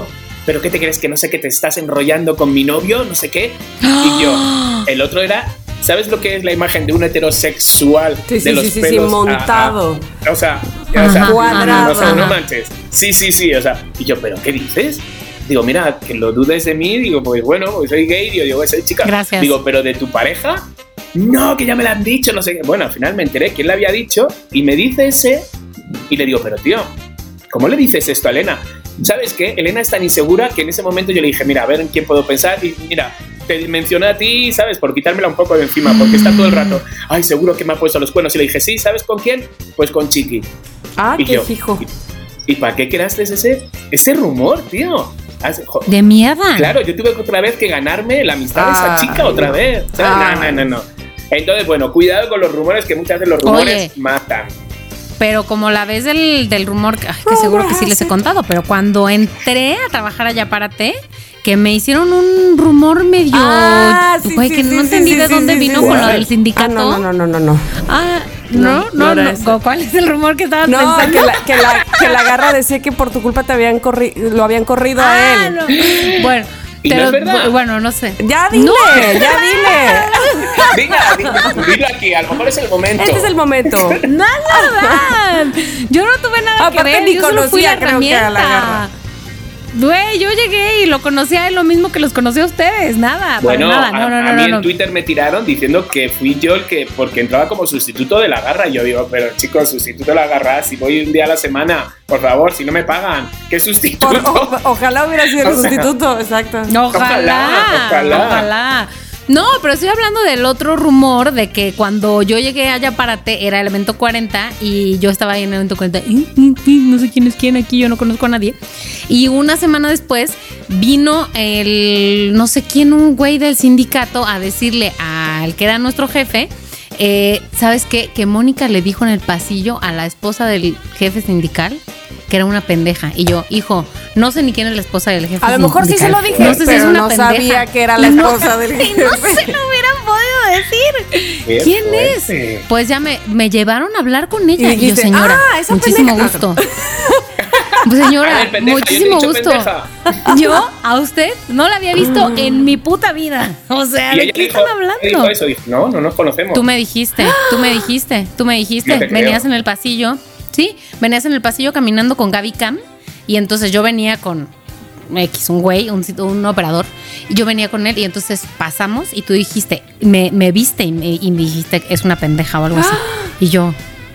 ¿pero qué te crees? Que no sé qué te estás enrollando con mi novio, no sé qué. Y yo, el otro era, ¿sabes lo que es la imagen de un heterosexual de los pelos? Montado. O sea, cuadrado. No manches. Sí, o sea, y yo, ¿pero qué dices? Digo, mira, que lo dudes de mí, digo, pues bueno, pues soy gay, digo, soy chica. Gracias. Digo, ¿pero de tu pareja? No, que ya me lo han dicho, no sé qué. Bueno, al final me enteré quién le había dicho y me dice ese, y le digo, pero tío, ¿cómo le dices esto a Elena? ¿Sabes qué? Elena es tan insegura que en ese momento yo le dije, mira, a ver en quién puedo pensar, y mira, te mencioné a ti, ¿sabes? Por quitármela un poco de encima, porque está todo el rato, ay, seguro que me ha puesto los cuernos. Y le dije, sí, ¿sabes con quién? Pues con Chiqui. Y qué fijo. ¿Y para qué creaste ese rumor, tío? De mierda. Claro, yo tuve otra vez que ganarme la amistad de esa chica otra vez. No. Entonces, bueno, cuidado con los rumores, que muchas veces los rumores matan. Pero como la vez del rumor, que seguro que sí les he contado, pero cuando entré a trabajar allá Párate, que me hicieron un rumor medio... que no entendí de dónde vino con lo del sindicato. No. No. ¿Cuál es el rumor que estabas pensando? Que la garra decía que por tu culpa lo habían corrido a él. No. Bueno... ¿Y no es verdad? Bueno, no sé. Ya dile. Dilo aquí, a lo mejor es el momento. Este es el momento. Nada. Yo no tuve nada que ver. Yo solo fui la herramienta. Güey, yo llegué y lo conocí a él lo mismo que los conocí a ustedes. Nada, bueno, para nada. A mí en Twitter me tiraron diciendo que fui yo el que, porque entraba como sustituto de la garra. Y yo digo, pero chicos, sustituto de la garra, si voy un día a la semana, por favor, si no me pagan, ¿qué sustituto? Ojalá hubiera sido el sustituto, exacto. Ojalá. No, pero estoy hablando del otro rumor de que cuando yo llegué allá Párate era el evento 40 y yo estaba ahí en el evento 40 no sé quién es quién aquí, yo no conozco a nadie. Y una semana después vino no sé quién, un güey del sindicato a decirle al que era nuestro jefe, ¿sabes qué? Que Mónica le dijo en el pasillo a la esposa del jefe sindical que era una pendeja. Y yo, hijo, no sé ni quién es la esposa del jefe. A lo mejor sí se lo dije, no sé si pero es una no pendeja. Sabía que era la esposa del jefe. No se lo hubieran podido decir. ¿Quién es? Pues ya me llevaron a hablar con ella. Y yo, señora, muchísimo pendeja. Gusto. Pues señora, ver, pendeja, muchísimo gusto. Pendeja. Yo a usted no la había visto en mi puta vida. O sea, ¿de qué están hablando? Dijo eso, dijo, no nos conocemos. Tú me dijiste. Venías en el pasillo. Sí, venías en el pasillo caminando con Gaby Cam. Y entonces yo venía con un güey, un operador. Y yo venía con él y entonces pasamos y tú dijiste, me viste y me dijiste es una pendeja o algo así. Y yo,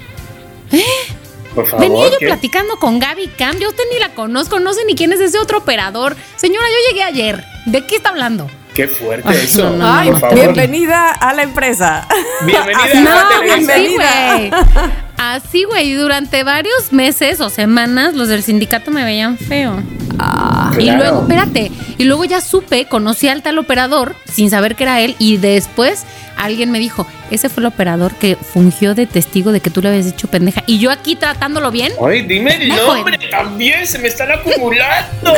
por favor, venía yo platicando con Gaby Cam, yo a usted ni la conozco, no sé ni quién es ese otro operador. Señora, yo llegué ayer, ¿de qué está hablando? Qué fuerte eso. Ay, por favor. Bienvenida a la empresa. Bienvenida a la televisión. Así, güey, durante varios meses o semanas los del sindicato me veían feo. Y luego, espérate, y luego ya conocí al tal operador sin saber que era él y después alguien me dijo, ese fue el operador que fungió de testigo de que tú le habías dicho pendeja. Y yo aquí tratándolo bien. Ay, dime el nombre también, se me están acumulando.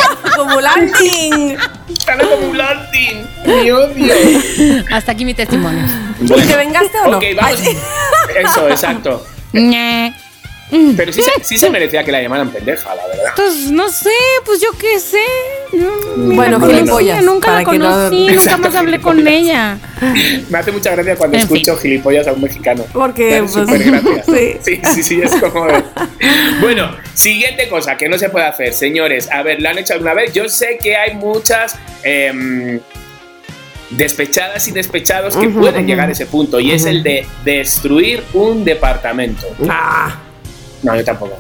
Están acumulando. Mi odio. Hasta aquí mi testimonio. Bueno. ¿Te vengaste o no? Ok, vamos. Eso, exacto. Pero sí se merecía que la llamaran pendeja, la verdad. Pues no sé, pues yo qué sé. Bueno, gilipollas. Nunca la conocí, nunca más hablé con ella. Me hace mucha gracia cuando escucho gilipollas a un mexicano. Porque pues, súper gracias. Sí, es como... Bueno, siguiente cosa que no se puede hacer, señores. A ver, ¿la han hecho alguna vez? Yo sé que hay muchas... despechadas y despechados que pueden llegar a ese punto y es el de destruir un departamento. No, yo tampoco.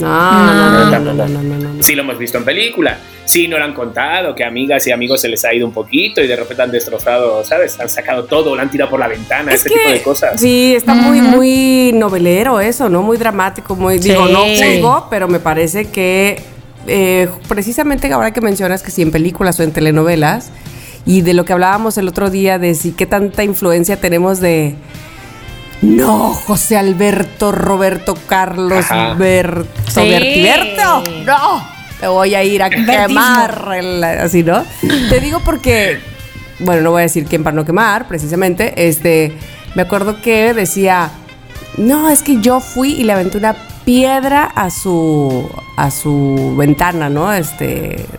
No. Sí lo hemos visto en películas, sí nos lo han contado, que amigas y amigos se les ha ido un poquito y de repente han destrozado, ¿sabes? Han sacado todo, lo han tirado por la ventana, ese tipo de cosas. Sí, está muy novelero eso, ¿no? Muy dramático, digo, no juzgo, pero me parece que precisamente ahora que mencionas que si en películas o en telenovelas y de lo que hablábamos el otro día de si qué tanta influencia tenemos de no, José Alberto, Roberto Carlos, Bertiberto, no, te voy a ir a quemar así, ¿no? Te digo porque, bueno, no voy a decir quién para no quemar, precisamente, me acuerdo que decía, no, es que yo fui y le aventé una piedra a su ventana, ¿no?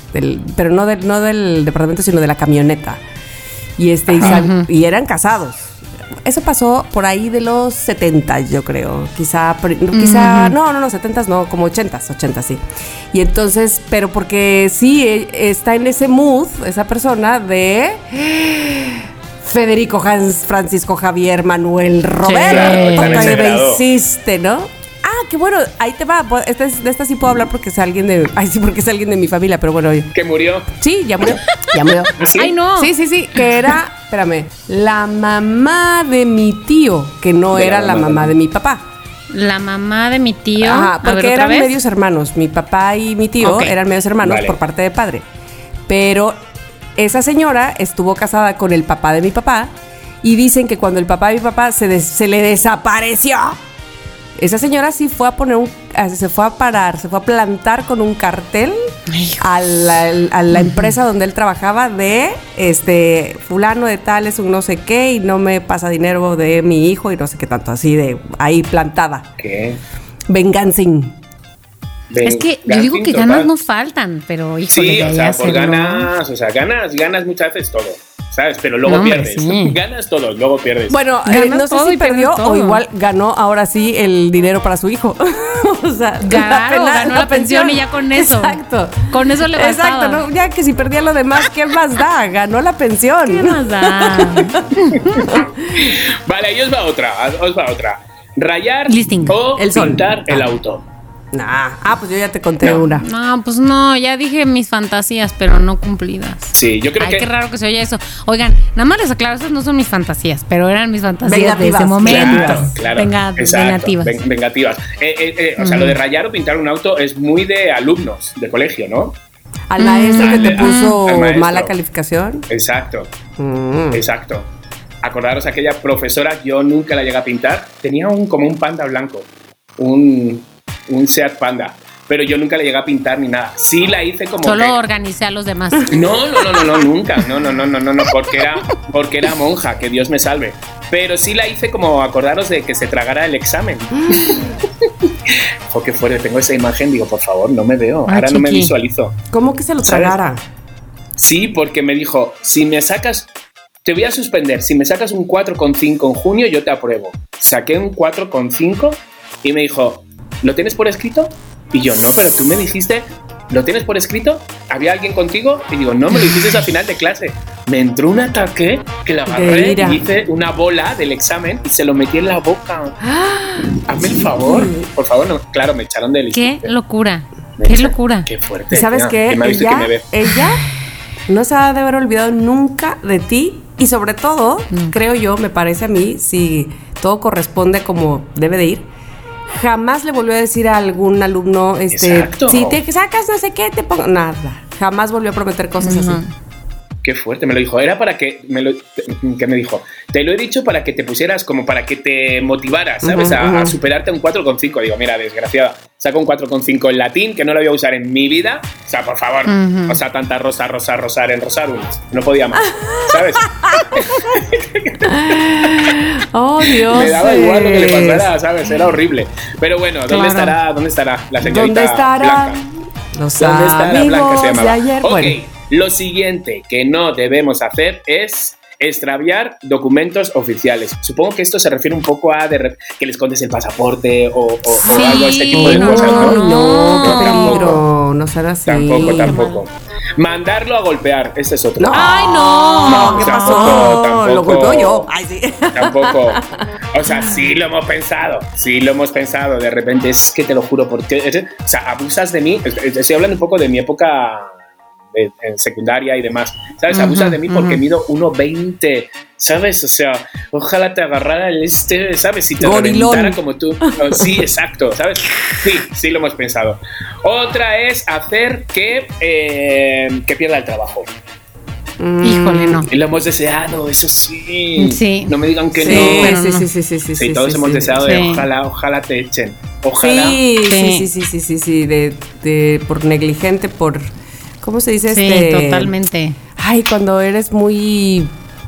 pero no del departamento, sino de la camioneta. Y y eran casados. Eso pasó por ahí de los 70, yo creo. Quizá no, 70 no, como 80 sí. Y entonces, pero porque sí está en ese mood, esa persona de Federico, Hans, Francisco, Javier, Manuel, Roberto, que me hiciste, ¿no? Ah, qué bueno, ahí te va. De esta sí puedo hablar porque es alguien de... Ay, sí, porque es alguien de mi familia, pero bueno. ¿Que murió? Sí, ya murió. Ya murió. ¿Sí? Ay, no. Sí, que era... Espérame. La mamá de mi tío, que no era la mamá de mi papá. La mamá de mi tío. Ajá, porque eran medios hermanos. Mi papá y mi tío eran medios hermanos por parte de padre. Pero esa señora estuvo casada con el papá de mi papá y dicen que cuando el papá de mi papá se le desapareció, esa señora sí fue se fue a plantar con un cartel a la empresa donde él trabajaba de fulano de tal es un no sé qué y no me pasa dinero de mi hijo y no sé qué tanto, así de ahí plantada. ¿Qué? Vengancing. Es que yo digo que ganas nos faltan, pero híjole, sí, o sea, por ganas muchas veces todo, ¿sabes? Pero luego pierdes. Sí. Ganas todo, luego pierdes. Bueno, no sé si perdió o igual ganó ahora sí el dinero para su hijo. O sea, ganó la pensión y ya con eso. Exacto. Con eso le bastaba. Exacto, ¿no? Ya que si perdía lo demás, ¿qué más da? Ganó la pensión. ¿Qué más da? Vale, ahí os va otra. Rayar o el pintar el auto. Pues yo ya te conté una. No, pues no, ya dije mis fantasías, pero no cumplidas. Sí, yo creo que... Qué raro que se oye eso. Oigan, nada más les aclaro, esas no son mis fantasías, pero eran mis fantasías de ese momento. Claro. Vengativas. Vengativas. O sea, lo de rayar o pintar un auto es muy de alumnos de colegio, ¿no? Al maestro que te puso mala calificación. Exacto. Exacto. Acordaros, aquella profesora, yo nunca la llegué a pintar. Tenía como un panda blanco. Un Seat Panda, pero yo nunca le llegué a pintar ni nada. Sí la hice como solo organicé a los demás. No, nunca. No, porque era monja, que Dios me salve. Pero sí la hice como, acordaros de que se tragara el examen. Qué fuerte, tengo esa imagen, digo, por favor, no me veo. Ahora no me visualizo. ¿Cómo que se lo tragara? Sí, porque me dijo, si me sacas... Te voy a suspender, si me sacas un 4,5 en junio, yo te apruebo. Saqué un 4,5 y me dijo... ¿Lo tienes por escrito? Y yo, no, pero tú me dijiste, ¿lo tienes por escrito? ¿Había alguien contigo? Y digo, no, me lo dijiste al final de clase. Me entró un ataque que la agarré y hice una bola del examen y se lo metí en la boca. Hazme el favor. Por favor, no. Claro, me echaron del instituto. ¡Qué locura! ¡Qué locura! ¡Qué fuerte! ¿Sabes qué? Ella no se ha de haber olvidado nunca de ti y sobre todo, creo yo, me parece a mí, si todo corresponde como debe de ir, jamás le volvió a decir a algún alumno, si te sacas no sé qué, te pongo... Nada, jamás volvió a prometer cosas así. Qué fuerte, me lo dijo. Era para que me dijo, te lo he dicho para que te pusieras, como para que te motivaras, ¿sabes? A superarte a un 4,5. Digo, mira, desgraciada, saco un 4,5 en latín, que no lo voy a usar en mi vida. O sea, por favor, o sea, tanta rosar en rosarum. No podía más, ¿sabes? Oh, Dios. Me daba igual lo que le pasara, ¿sabes? Era horrible. Pero bueno, ¿dónde estará la señorita ¿Dónde estará? Blanca? Los amigos Blanca se llamaba. de ayer. Ok. Bueno. Lo siguiente que no debemos hacer es extraviar documentos oficiales. Supongo que esto se refiere un poco a que les contes el pasaporte o algo de este tipo de cosas, ¿no? No, qué peligro. No será así. Tampoco. Mandarlo a golpear, ese es otro. No. ¡Ay, no! ¿Qué pasó? Tampoco. Lo golpeó yo. Ay, sí. Tampoco. O sea, sí lo hemos pensado. De repente, es que te lo juro, porque... O sea, abusas de mí. Estoy hablando un poco de mi época... en secundaria y demás, ¿sabes? Abusas de mí porque mido 1,20, ¿sabes? O sea, ojalá te agarrara ¿sabes? Si te reventara como tú. No, sí, exacto, ¿sabes? Sí lo hemos pensado. Otra es hacer que pierda el trabajo. Híjole, no. Y lo hemos deseado, eso sí. Sí. No me digan que no. Sí, todos hemos deseado de ojalá te echen. Ojalá. Sí. De por negligente, por... ¿Cómo se dice? Sí, totalmente. Ay, cuando eres muy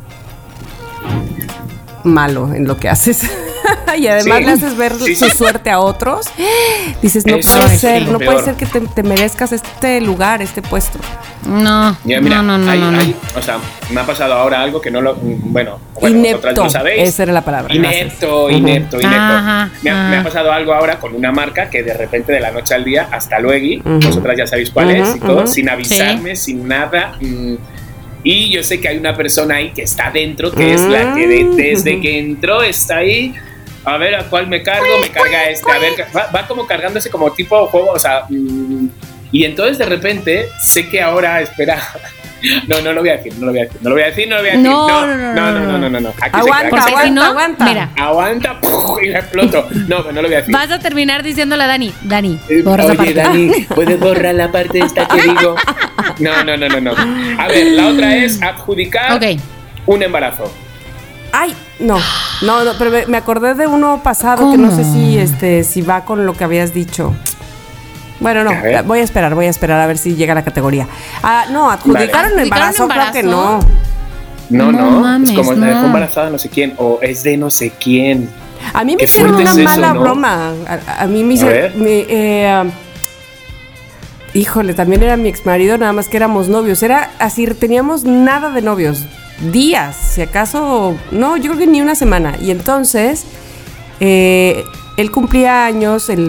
malo en lo que haces y además le haces ver su suerte a otros, dices, no puede ser que te merezcas este lugar, este puesto. No, ya, mira, no. O sea, me ha pasado ahora algo que no lo... Bueno, inepto, vosotras lo sabéis. esa era la palabra. Inepto. Ajá, Me ha pasado algo ahora con una marca que de repente de la noche al día, hasta luego, vosotras ya sabéis cuál es y todo, sin avisarme, sin nada. Y yo sé que hay una persona ahí que está dentro, que es la que desde que entró está ahí. A ver, ¿a cuál me cargo? Me carga este. A ver, va como cargándose como tipo juego, o sea... y entonces de repente sé que ahora, espera... No lo voy a decir. No. Aquí Aguanta. Mira. Aguanta, y la exploto. No lo voy a decir. Vas a terminar diciéndole a Dani, borra esa parte. Dani, ¿puedes borrar la parte esta que digo? No. A ver, la otra es adjudicar un embarazo. Ay, no, pero me acordé de uno pasado. ¿Cómo? Que no sé si va con lo que habías dicho. Bueno, no, voy a esperar a ver si llega la categoría. No, adjudicaron embarazo, creo que no. No, mames, es como la dejó embarazada no sé quién, o es de no sé quién. A mí me hicieron una mala broma. A mí me hicieron... híjole, también era mi exmarido, nada más que éramos novios. Era así, teníamos nada de novios. Días, si acaso... No, yo creo que ni una semana. Y entonces... él cumplía años el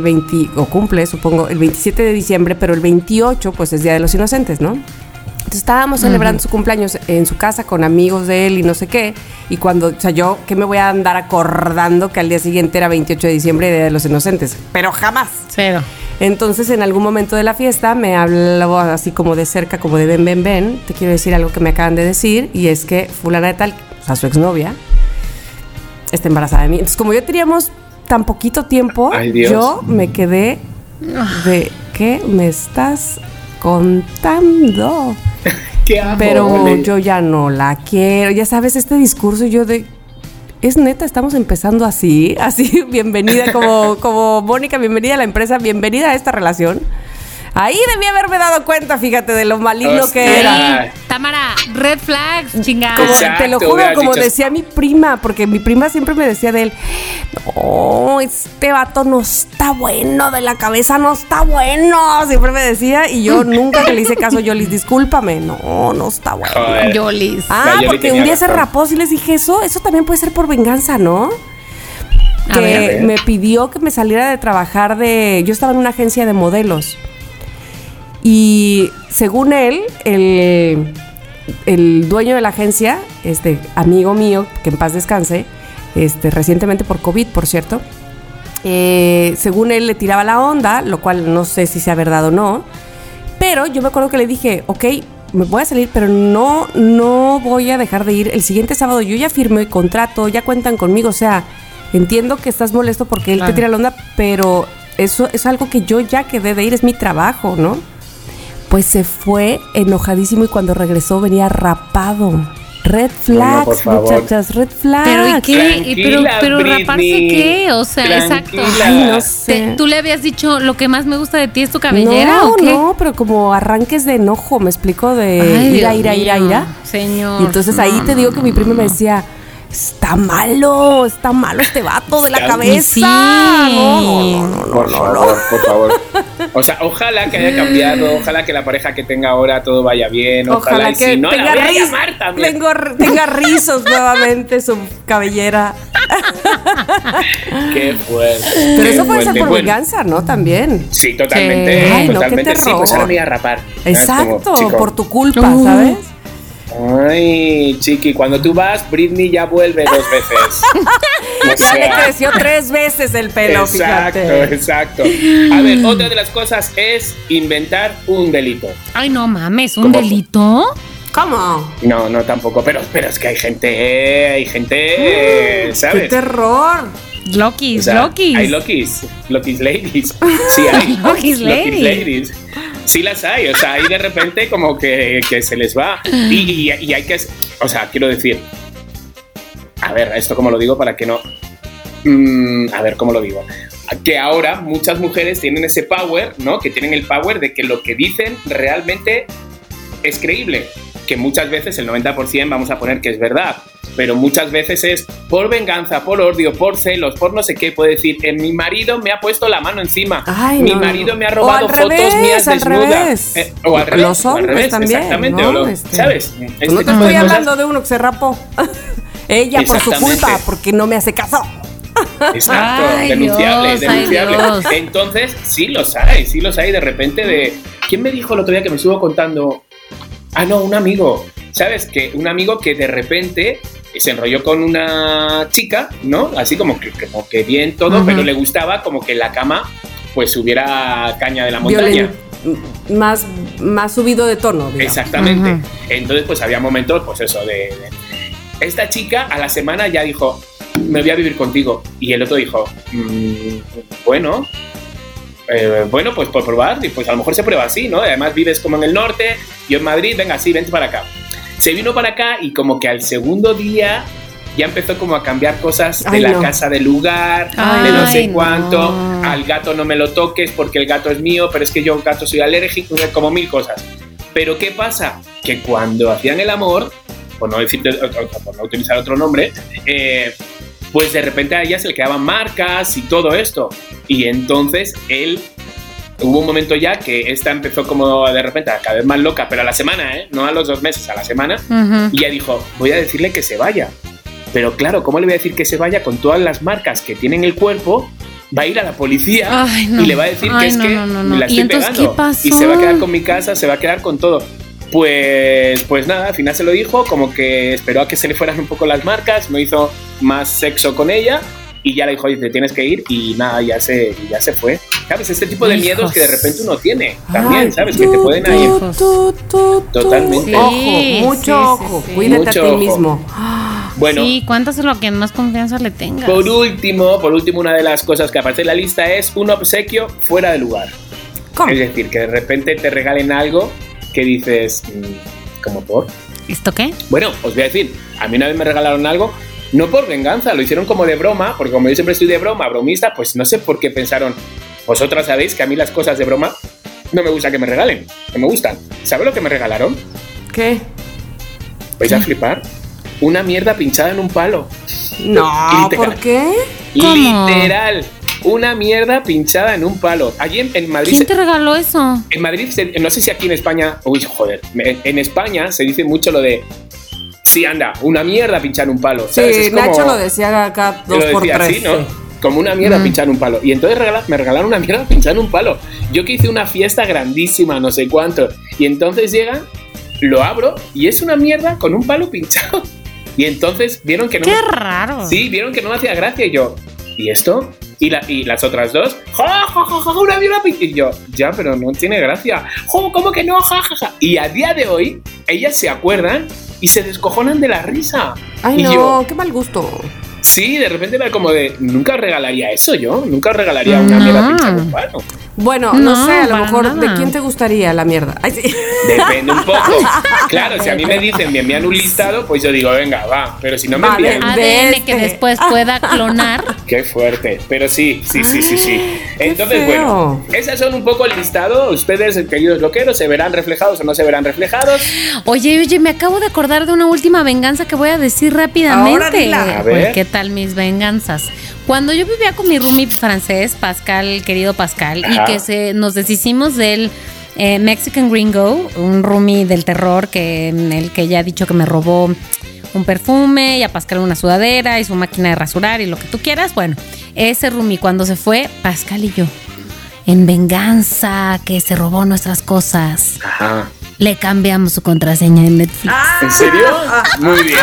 27 de diciembre, pero el 28 pues es Día de los Inocentes, ¿no? Entonces estábamos celebrando su cumpleaños en su casa con amigos de él y no sé qué, y cuando, o sea, yo, ¿qué me voy a andar acordando que al día siguiente era 28 de diciembre, Día de los Inocentes? Pero jamás. Cero. Entonces en algún momento de la fiesta me habló así como de cerca, como de ven, te quiero decir algo que me acaban de decir, y es que fulana de tal, o sea, su exnovia, está embarazada de mí. Entonces como yo teníamos tan poquito tiempo, yo me quedé de ¿qué me estás contando? ¿Qué hago? Pero yo ya no la quiero. Ya sabes, este discurso yo de... ¿Es neta? ¿Estamos empezando así? Así, bienvenida como Mónica, bienvenida a la empresa, bienvenida a esta relación. Ahí debí haberme dado cuenta, fíjate, de lo maligno que era. Tamara, red flags, chingada. Te lo juro, como decía mi prima, porque mi prima siempre me decía de él, no, este vato no está bueno, de la cabeza no está bueno. Siempre me decía, y yo nunca le hice caso. Yolis, discúlpame, no está bueno. Yolis. Porque un día se rapó y les dije, eso también puede ser por venganza, ¿no? A ver. Me pidió que me saliera de trabajar yo estaba en una agencia de modelos. Y según él, el dueño de la agencia, amigo mío, que en paz descanse, recientemente por COVID, por cierto, según él le tiraba la onda, lo cual no sé si sea verdad o no, pero yo me acuerdo que le dije, ok, me voy a salir, pero no voy a dejar de ir. El siguiente sábado yo ya firmé contrato, ya cuentan conmigo, o sea, entiendo que estás molesto porque él te tira la onda, pero eso es algo que yo ya quedé de ir, es mi trabajo, ¿no? Pues se fue enojadísimo y cuando regresó venía rapado. Red flags, no, muchachas, red flags. ¿Pero y qué? ¿Pero raparse qué? O sea, tranquila. Exacto. Ay, no sé. ¿Tú le habías dicho lo que más me gusta de ti es tu cabellera o qué? No, pero como arranques de enojo, me explico, de ira. Señor. Y entonces ahí te digo que mi prima me decía... Está malo este vato de la cabeza. Sí. No. Por favor. O sea, ojalá que haya cambiado, ojalá que la pareja que tenga ahora todo vaya bien, ojalá que si no la voy a llamar también. Tenga rizos nuevamente su cabellera. Qué fuerte. Pero eso puede ser por venganza, ¿no? También. Sí, totalmente. Ay, totalmente. No, qué terror. Sí, pues ahora me voy a rapar. Exacto, como, por tu culpa, ¿sabes? Ay, chiqui, cuando tú vas, Britney ya vuelve 2 veces. Ya le creció 3 veces el pelo, fíjate. Exacto. A ver, otra de las cosas es inventar un delito. Ay, no mames, ¿un delito? ¿Cómo? No, tampoco, pero es que hay gente, ¿sabes? ¡Qué terror! Lokis, o sea, Lokis. Hay Lokis ladies. Sí, hay Lokis ladies. Sí las hay, o sea, ahí de repente como que se les va. Y hay que, o sea, quiero decir, a ver, esto como lo digo para que no... a ver, ¿cómo lo digo? Que ahora muchas mujeres tienen ese power, ¿no? Que tienen el power de que lo que dicen realmente es creíble. que muchas veces, el 90% vamos a poner que es verdad, pero muchas veces es por venganza, por odio, por celos, por no sé qué. Puede decir, mi marido me ha puesto la mano encima, mi marido me ha robado fotos mías desnudas. O al revés. Los hombres también, exactamente, ¿no? ¿Sabes? No te estoy hablando de uno que se rapó. Ella por su culpa, porque no me hace caso. Exacto, Ay, denunciable. Dios. Entonces, sí los hay de repente de... ¿Quién me dijo el otro día que me estuvo contando? Un amigo. ¿Sabes? Que un amigo que de repente se enrolló con una chica, ¿no? Así como que bien todo, pero le gustaba como que en la cama pues hubiera caña de la montaña. Más subido de tono, digamos. Exactamente. Entonces, pues había momentos, pues eso, de... Esta chica a la semana ya dijo, me voy a vivir contigo. Y el otro dijo, bueno, pues por probar, y pues a lo mejor se prueba así, ¿no? Además vives como en el norte, yo en Madrid, venga, sí, vente para acá. Se vino para acá y como que al segundo día ya empezó como a cambiar cosas de la casa del lugar, de no sé cuánto, al gato no me lo toques porque el gato es mío, pero es que yo al gato soy alérgico, como 1000 cosas. Pero ¿qué pasa? Que cuando hacían el amor, por no utilizar otro nombre, pues de repente a ella se le quedaban marcas y todo esto. Y entonces hubo un momento ya que esta empezó como de repente a cada vez más loca, pero a la semana, no a los 2 meses, a la semana, y ella dijo, voy a decirle que se vaya. Pero claro, ¿cómo le voy a decir que se vaya con todas las marcas que tiene en el cuerpo? Va a ir a la policía y le va a decir que es que me la estoy pegando. Y se va a quedar con mi casa, se va a quedar con todo. Pues nada, al final se lo dijo, como que esperó a que se le fueran un poco las marcas, no hizo más sexo con ella y ya le dijo, oye, te tienes que ir, y nada, ya se fue. ¿Sabes? Este tipo de miedos que de repente uno tiene también, ¿sabes? Que te pueden ahí... Totalmente. Sí, mucho ojo, cuídate a ti mismo. Bueno, sí, cuéntaselo a quien más confianza le tengas. Por último, una de las cosas que aparece en la lista es un obsequio fuera de lugar. ¿Cómo? Es decir, que de repente te regalen algo que dices, ¿cómo por? ¿Esto qué? Bueno, os voy a decir, a mí una vez me regalaron algo, no por venganza, lo hicieron como de broma, porque como yo siempre estoy de bromista, pues no sé por qué pensaron, vosotras sabéis que a mí las cosas de broma no me gusta que me regalen, no me gustan. ¿Sabes lo que me regalaron? ¿Qué? ¿Vais a flipar? Una mierda pinchada en un palo. No, ¿por qué? ¿Cómo? Literal. Una mierda pinchada en un palo. Allí en Madrid... ¿Quién te regaló eso? En Madrid, no sé si aquí en España... Uy, joder. En España se dice mucho lo de... Sí, anda, una mierda pinchar un palo. ¿Sabes? Sí, Nacho lo decía acá 2x3. Así, ¿no? Como una mierda pinchar un palo. Y entonces me regalaron una mierda pinchada en un palo. Yo que hice una fiesta grandísima, no sé cuánto. Y entonces llegan, lo abro y es una mierda con un palo pinchado. Y entonces vieron que no... ¡Qué raro! Sí, vieron que no me hacía gracia y yo... ¿Y esto? Y las otras dos, ¡ja, ja, ja, ja, una mierda! Y yo, ya, pero no tiene gracia. ¡Jo, cómo que no! ¡Ja, ja, ja! Y a día de hoy, ellas se acuerdan y se descojonan de la risa. ¡Ay, y no! Yo, ¡Qué mal gusto! Sí, de repente era como de, nunca regalaría eso yo, nunca regalaría una mierda pinchada en un palo. Bueno, no sé, a lo mejor, nada. ¿De quién te gustaría la mierda? Ay, sí. Depende un poco. Claro, si a mí me dicen, me envían un listado, pues yo digo, venga, va. Pero si no me envían... ADN que después pueda clonar. Qué fuerte. Pero sí. Entonces, bueno, esas son un poco el listado. Ustedes, queridos loqueros, ¿se verán reflejados o no se verán reflejados? Oye, me acabo de acordar de una última venganza que voy a decir rápidamente. A ver. Pues, ¿qué tal mis venganzas? Cuando yo vivía con mi roomie francés, Pascal, querido Pascal, y que nos deshicimos del Mexican Gringo, un roomie del terror el que ya ha dicho que me robó un perfume y a Pascal una sudadera y su máquina de rasurar y lo que tú quieras. Bueno, ese roomie cuando se fue, Pascal y yo, en venganza que se robó nuestras cosas, le cambiamos su contraseña en Netflix. ¿En serio? Muy bien.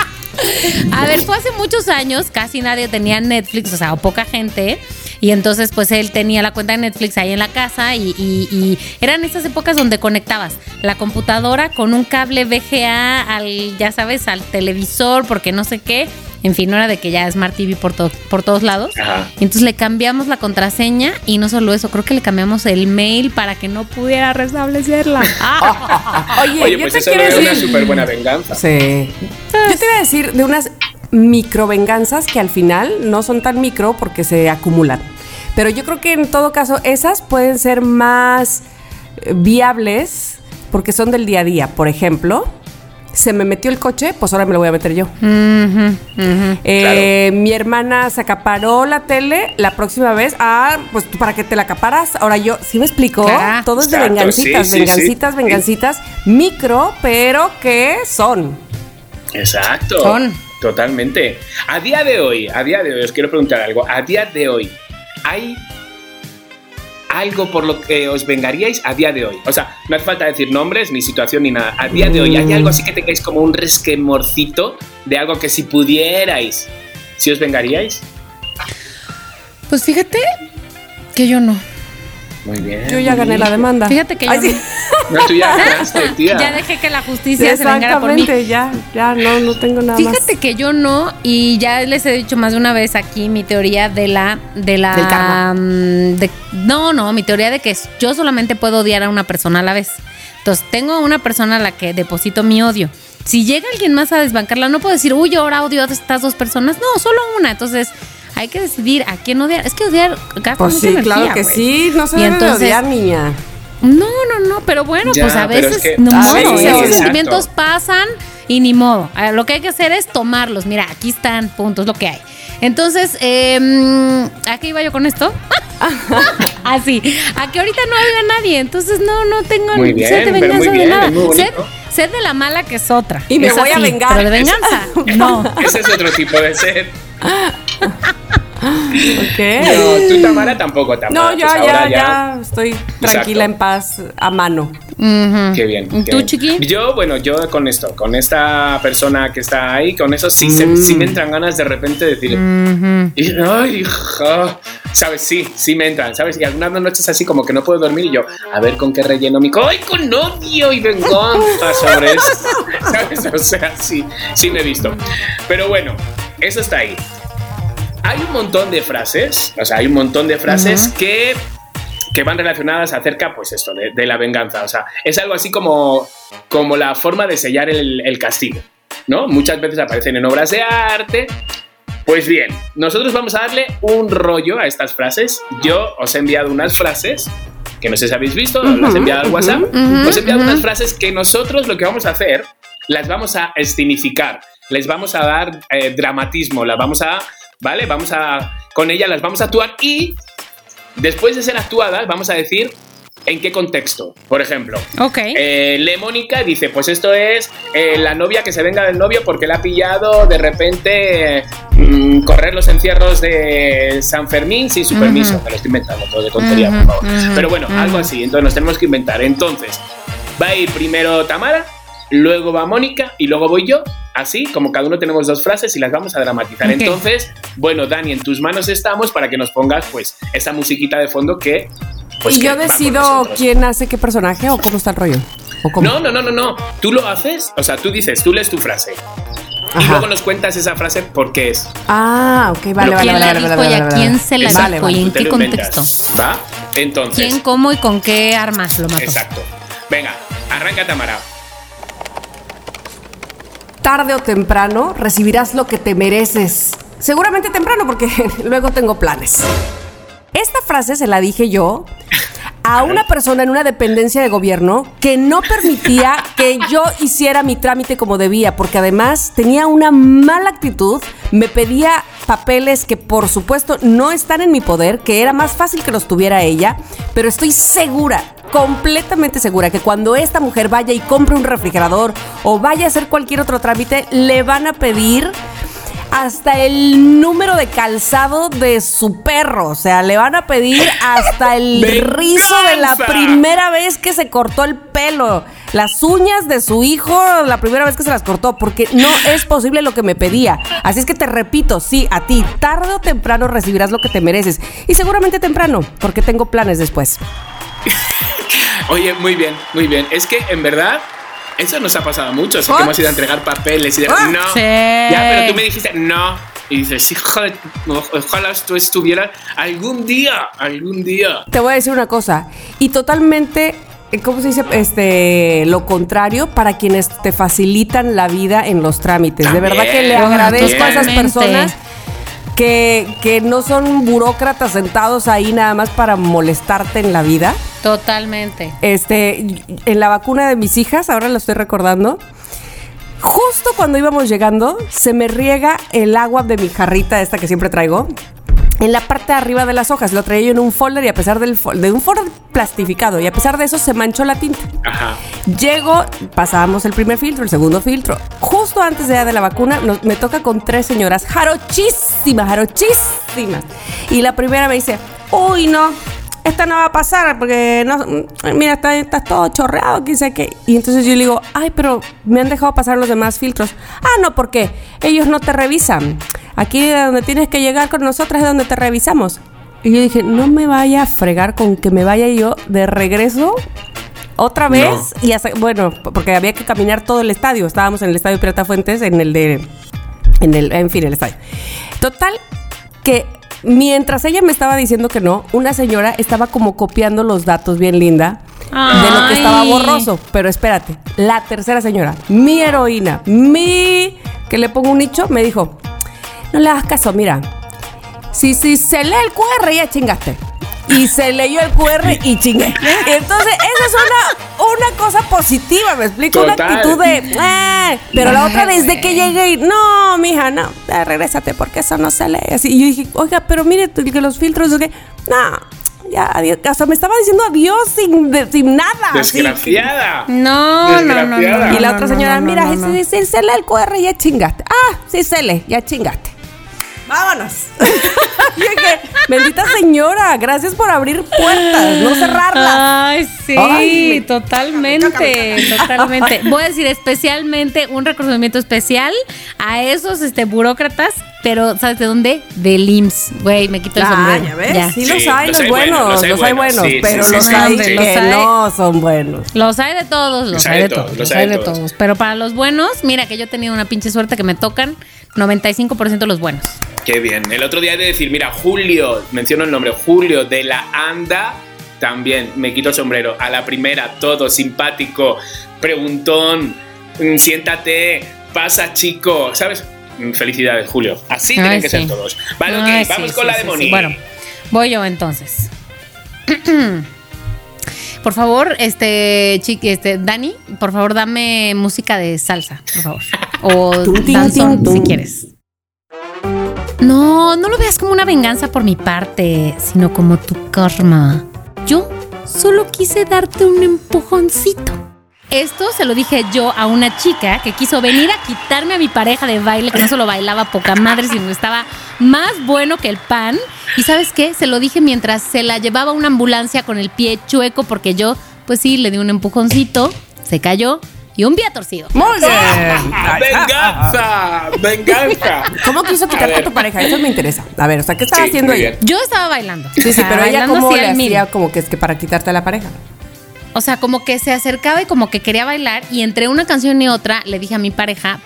A ver, fue hace muchos años, casi nadie tenía Netflix, o poca gente. Y entonces pues él tenía la cuenta de Netflix ahí en la casa y eran esas épocas donde conectabas la computadora con un cable VGA al televisor, porque no sé qué. En fin, no era de que ya Smart TV por todos lados. Y entonces le cambiamos la contraseña y no solo eso, creo que le cambiamos el mail para que no pudiera restablecerla. Oye, pues eso no es una súper buena venganza. Sí. Yo te iba a decir de unas microvenganzas que al final no son tan micro porque se acumulan. Pero yo creo que en todo caso esas pueden ser más viables porque son del día a día. Por ejemplo, se me metió el coche, pues ahora me lo voy a meter yo. Claro. Mi hermana se acaparó la tele, la próxima vez, pues para que te la acaparas. Ahora yo, ¿sí me explico? Claro. Todo es de vengancitas, micro, pero ¿qué son? Exacto. Totalmente. A día de hoy, os quiero preguntar algo. A día de hoy, ¿hay algo por lo que os vengaríais a día de hoy? O sea, no hace falta decir nombres, ni situación, ni nada. A día de hoy, ¿hay algo así que tengáis como un resquemorcito de algo que si pudierais, si os vengaríais? Pues fíjate que yo no. Muy bien. Yo ya gané la demanda. Fíjate que sí. No, tú ya ganaste, tía. Ya dejé que la justicia se vengara por mí. Ya, no tengo nada más. Fíjate que yo no, y ya les he dicho más de una vez aquí mi teoría del karma. Mi teoría de que yo solamente puedo odiar a una persona a la vez. Entonces, tengo una persona a la que deposito mi odio. Si llega alguien más a desbancarla, no puedo decir, uy, ahora odio a estas dos personas. No, solo una. Entonces, hay que decidir a quién odiar. Es que odiar gasta mucha energía, claro que sí. No se debe de odiar, niña. No, pero bueno, pues a veces es que, no modo. Esos sí, sentimientos pasan y ni modo. Lo que hay que hacer es tomarlos. Mira, aquí están, puntos, lo que hay. Entonces, ¿a qué iba yo con esto? Así, a que ahorita no había nadie. Entonces no tengo sed de venganza de nada. Sed de la mala, que es otra. Y me voy a vengar. Pero de venganza, no. Ese es otro tipo de sed. Okay. No, tú, Tamara, tampoco. No, ya estoy tranquila, en paz, a mano. Qué bien. ¿Tú, Chiqui? Yo con esta persona que está ahí, con eso sí me entran ganas de repente de decir, ay, hija, ¿sabes? Sí me entran, ¿sabes? Y algunas noches así como que no puedo dormir y yo, a ver con qué relleno mi ¡ay, con odio y venganza sobre eso! ¿Sabes? O sea, sí me he visto. Pero bueno, eso está ahí. Hay un montón de frases, que van relacionadas acerca, pues esto, de la venganza. O sea, es algo así como la forma de sellar el castigo, ¿no? Muchas veces aparecen en obras de arte. Pues bien, nosotros vamos a darle un rollo a estas frases. Yo os he enviado unas frases, que no sé si habéis visto, las he enviado al WhatsApp. Os he enviado unas frases que nosotros lo que vamos a hacer, las vamos a escenificar, les vamos a dar dramatismo, las vamos a... ¿Vale? Con ellas las vamos a actuar y después de ser actuadas vamos a decir en qué contexto. Por ejemplo, Mónica dice, pues esto es la novia que se venga del novio porque le ha pillado de repente correr los encierros de San Fermín sin su permiso. Me lo estoy inventando todo de tontería, por favor. Pero bueno, algo así. Entonces nos tenemos que inventar. Entonces, va a ir primero Tamara, luego va Mónica y luego voy yo. Así, como cada uno tenemos dos frases y las vamos a dramatizar. Entonces, bueno, Dani, en tus manos estamos para que nos pongas, pues, esa musiquita de fondo que... Pues, ¿y yo decido quién hace qué personaje o cómo está el rollo? No. Tú lo haces, o sea, tú lees tu frase. Ajá. Y luego nos cuentas esa frase por qué es. Ok, vale. ¿Quién la dijo y a quién se la dijo y en qué contexto? ¿Va? Entonces... ¿Quién, cómo y con qué armas lo mató? Exacto. Venga, arranca, Tamara. Tarde o temprano recibirás lo que te mereces. Seguramente temprano, porque luego tengo planes. Esta frase se la dije yo a una persona en una dependencia de gobierno que no permitía que yo hiciera mi trámite como debía, porque además tenía una mala actitud, me pedía papeles que por supuesto no están en mi poder, que era más fácil que los tuviera ella, pero estoy segura, completamente segura, que cuando esta mujer vaya y compre un refrigerador o vaya a hacer cualquier otro trámite, le van a pedir hasta el número de calzado de su perro. O sea, le van a pedir hasta el rizo de la primera vez que se cortó el pelo, las uñas de su hijo la primera vez que se las cortó, porque no es posible lo que me pedía. Así es que te repito, sí, a ti, tarde o temprano recibirás lo que te mereces. Y seguramente temprano, porque tengo planes después. Oye, muy bien. Es que, en verdad, eso nos ha pasado mucho. Así que hemos ido a entregar papeles y de... No. Sí. Ya, pero tú me dijiste no. Y dices, hijo de... Ojalá tú estuvieras algún día. Te voy a decir una cosa. Y totalmente... ¿Cómo se dice? Lo contrario para quienes te facilitan la vida en los trámites. También, de verdad que le agradezco a esas personas que no son burócratas sentados ahí nada más para molestarte en la vida. Totalmente. En la vacuna de mis hijas, ahora lo estoy recordando, Justo cuando íbamos llegando, se me riega el agua de mi jarrita esta que siempre traigo en la parte de arriba de las hojas. Lo traía yo en un folder y a pesar de un folder plastificado, y a pesar de eso se manchó la tinta. Ajá. Llego, pasábamos el primer filtro, el segundo filtro. Justo antes de la vacuna, me toca con 3 señoras jarochísimas. Y la primera me dice, uy, no, esta no va a pasar porque no, mira, está todo chorreado, quién sabe qué. Y entonces yo le digo, ay, pero me han dejado pasar los demás filtros. Ah, no, ¿por qué? Ellos no te revisan. Aquí de donde tienes que llegar con nosotras es donde te revisamos. Y yo dije, no me vaya a fregar con que me vaya yo de regreso otra vez. No. Y bueno, porque había que caminar todo el estadio. Estábamos en el estadio Pirata Fuentes, en el estadio. Total, que mientras ella me estaba diciendo que no, una señora estaba como copiando los datos bien linda de lo que estaba borroso. Pero espérate, la tercera señora, mi heroína, que le pongo un nicho, me dijo, no le hagas caso, mira, si se lee el QR ya chingaste. Y se leyó el QR y chingué. Entonces, esa es una cosa positiva, ¿me explico? Total. Una actitud de... Pero la otra, desde que llegué, no, mija, no, regrésate porque eso no se lee. Así, y yo dije, oiga, pero mire, que los filtros, ¿qué? No, ya, adiós. O sea, me estaba diciendo adiós sin nada. Desgraciada. Así. No. Y la otra señora, mira, si se lee el QR ya chingaste. Ah, sí se lee, ya chingaste. ¡Vámonos! Y dije, bendita señora, gracias por abrir puertas, no cerrarlas. Ay, sí, totalmente. Voy a decir especialmente un reconocimiento especial a esos burócratas, pero ¿sabes de dónde? Del IMSS. Güey, me quito el sombrero. ¿Ya ves? Ya. Sí, los hay buenos, sí, pero los hay que no son buenos. Los hay de todos, los hay de todos. Pero para los buenos, mira que yo he tenido una pinche suerte que me tocan 95% los buenos. Qué bien. El otro día he de decir, mira, Julio, menciono el nombre, Julio de la ANDA, también me quito el sombrero. A la primera, todo simpático, preguntón, siéntate, pasa chico, ¿sabes? Felicidades, Julio. Así tienen que ser todos. Vale, vamos con la de Moni. Bueno, voy yo entonces. Por favor, Dani, por favor, dame música de salsa, por favor. O danzón, si quieres. No lo veas como una venganza por mi parte, sino como tu karma. Yo solo quise darte un empujoncito. Esto se lo dije yo a una chica que quiso venir a quitarme a mi pareja de baile, que no solo bailaba poca madre, sino que estaba más bueno que el pan. Y ¿sabes qué? Se lo dije mientras se la llevaba una ambulancia con el pie chueco, porque yo, pues sí, le di un empujoncito, se cayó y un pie torcido. ¡Muy bien! ¡Venganza! ¿Cómo quiso quitarte a tu pareja? Eso me interesa. A ver, o sea, ¿qué estaba haciendo ella? Yo estaba bailando. Sí, pero ella ¿cómo le hacía como que es que para quitarte a la pareja? O sea, como que se acercaba y como que quería bailar, y entre una canción y otra le dije a mi pareja,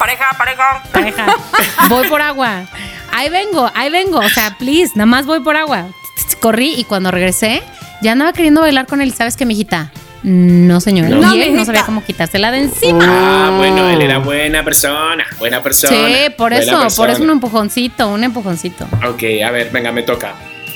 voy por agua. Ahí vengo, o sea, please, nada más voy por agua. Corrí y cuando regresé, ya andaba queriendo bailar con él. ¿Sabes qué, mijita? No, señora. No, y él no sabía cómo quitársela de encima. Ah, bueno, él era buena persona. Sí, por eso un empujoncito. Ok, a ver, venga, me toca.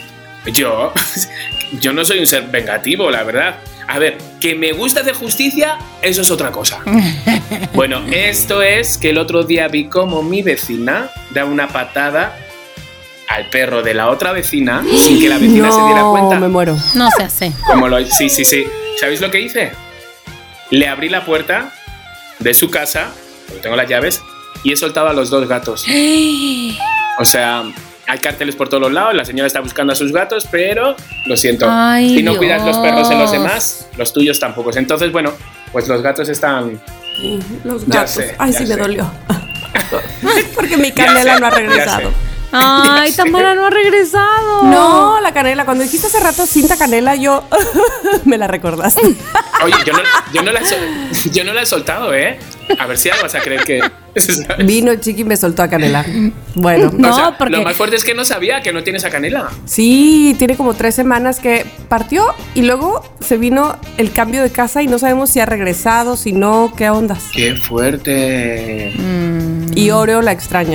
Yo no soy un ser vengativo, la verdad. A ver, que me gusta hacer justicia, eso es otra cosa. Bueno, esto es que el otro día vi como mi vecina da una patada al perro de la otra vecina sin que la vecina se diera cuenta. No, me muero. No se hace. Sí. ¿Sabéis lo que hice? Le abrí la puerta de su casa, porque tengo las llaves, y he soltado a los 2 gatos. O sea, hay carteles por todos los lados, la señora está buscando a sus gatos, pero lo siento. Ay, si no Dios. Cuidas los perros de los demás, los tuyos tampoco. Entonces, bueno, pues los gatos están... Los gatos. Ay, sí, me dolió. Porque mi Canela no ha regresado. Ay, Tamara no ha regresado. No, la Canela. Cuando dijiste hace rato cinta Canela, yo me la recordaste. Oye, yo no la he soltado, ¿eh? A ver si ahora vas a creer que... Vino Chiqui y me soltó a Canela. Bueno. No, o sea, porque... Lo más fuerte es que no sabía que no tienes a Canela. Sí, tiene como 3 semanas que partió y luego se vino el cambio de casa y no sabemos si ha regresado, si no, qué ondas. ¡Qué fuerte! Y Oreo la extraña.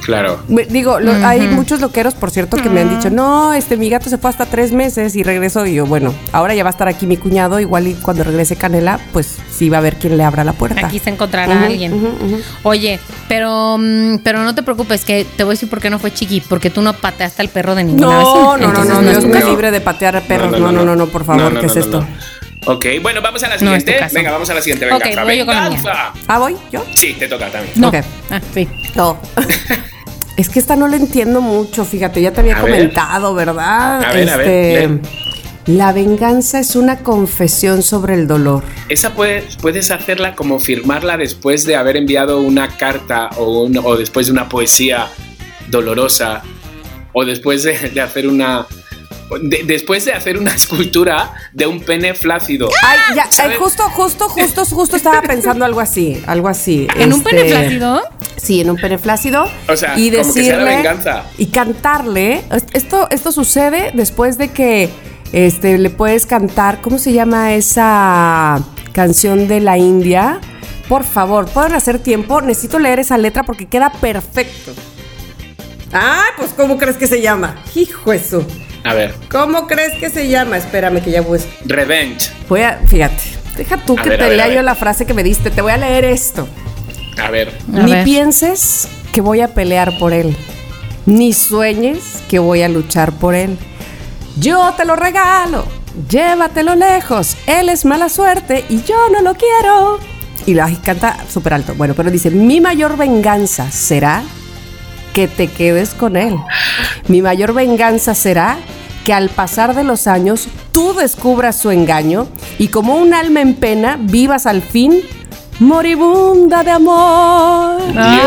Claro. Digo, hay muchos loqueros, por cierto, que me han dicho, no, mi gato se fue hasta 3 meses y regresó. Y yo, bueno, ahora ya va a estar aquí mi cuñado, igual y cuando regrese Canela, pues sí va a haber quien le abra la puerta. Aquí se encontrará alguien. Oye, pero no te preocupes, que te voy a decir por qué no fue Chiqui, porque tú no pateaste al perro de ninguna vez. No, Dios me libre de patear a perros. No, por favor, ¿qué es esto? Ok, bueno, vamos a la siguiente. Venga, vamos a la siguiente. Venga, ok, voy yo con la mía. ¿Voy yo? Sí, te toca también. No. Okay. Sí. No. Es que esta no la entiendo mucho, fíjate, ya te había comentado, ¿verdad? A ver. La venganza es una confesión sobre el dolor. Esa puedes hacerla como firmarla después de haber enviado una carta o después de una poesía dolorosa o después de hacer una... Después de hacer una escultura de un pene flácido. Ay, ya, justo estaba pensando algo así. ¿En un pene flácido? Sí, en un pene flácido. O sea, y como que sea la decirle venganza. y cantarle. Esto sucede después de que le puedes cantar. ¿Cómo se llama esa canción de la India? Por favor, ¿pueden hacer tiempo? Necesito leer esa letra porque queda perfecto. Ay, pues ¿cómo crees que se llama? Hijo eso. A ver. ¿Cómo crees que se llama? Espérame que ya pues. Revenge. Fíjate, deja tú que te lea yo la frase que me diste. Te voy a leer esto. A ver. Ni pienses que voy a pelear por él, ni sueñes que voy a luchar por él. Yo te lo regalo, llévatelo lejos. Él es mala suerte y yo no lo quiero. Y la canta súper alto. Bueno, pero dice, mi mayor venganza será que te quedes con él. Mi mayor venganza será que al pasar de los años tú descubras su engaño y como un alma en pena vivas al fin moribunda de amor.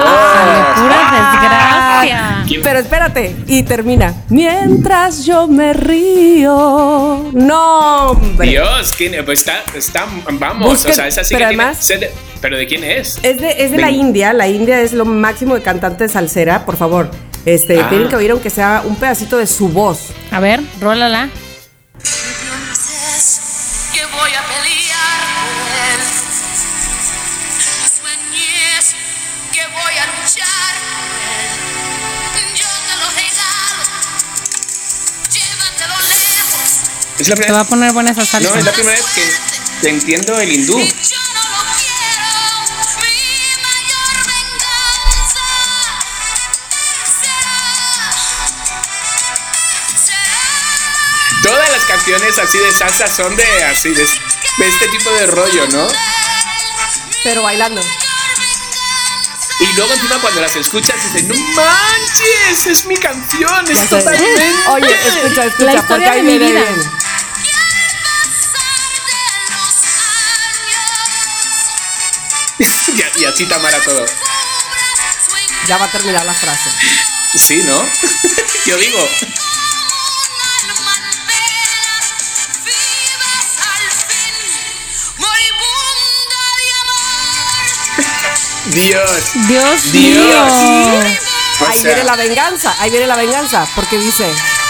Pura desgracia. Pero espérate, y termina. Mientras yo me río. No, hombre. Dios, pues está vamos, Busquen, o sea, esa sí pero que además, tiene. ¿Pero de quién es? Es de la India. La India es lo máximo de cantante salsera. Por favor, tienen que oír aunque sea un pedacito de su voz. A ver, rólala. Que voy a pelear por él. Sueñes que voy a luchar por él. Yo te lo regalo. Llévatelo lejos. Es la primera Te va a poner buena esa salsa. No, es la primera vez que te entiendo el hindú. Yo no lo quiero. Mi mayor venganza será. Todas las canciones así de salsa son de este tipo de rollo, ¿no? Pero bailando. Y luego encima cuando las escuchas dices, no manches, es mi canción, es totalmente. Oye, escucha, La historia porque ahí de mi viene vida. bien. Y así Tamara todo. Ya va a terminar la frase. Sí, ¿no? Yo digo. Dios mío. O Ahí sea, viene la venganza, porque dice...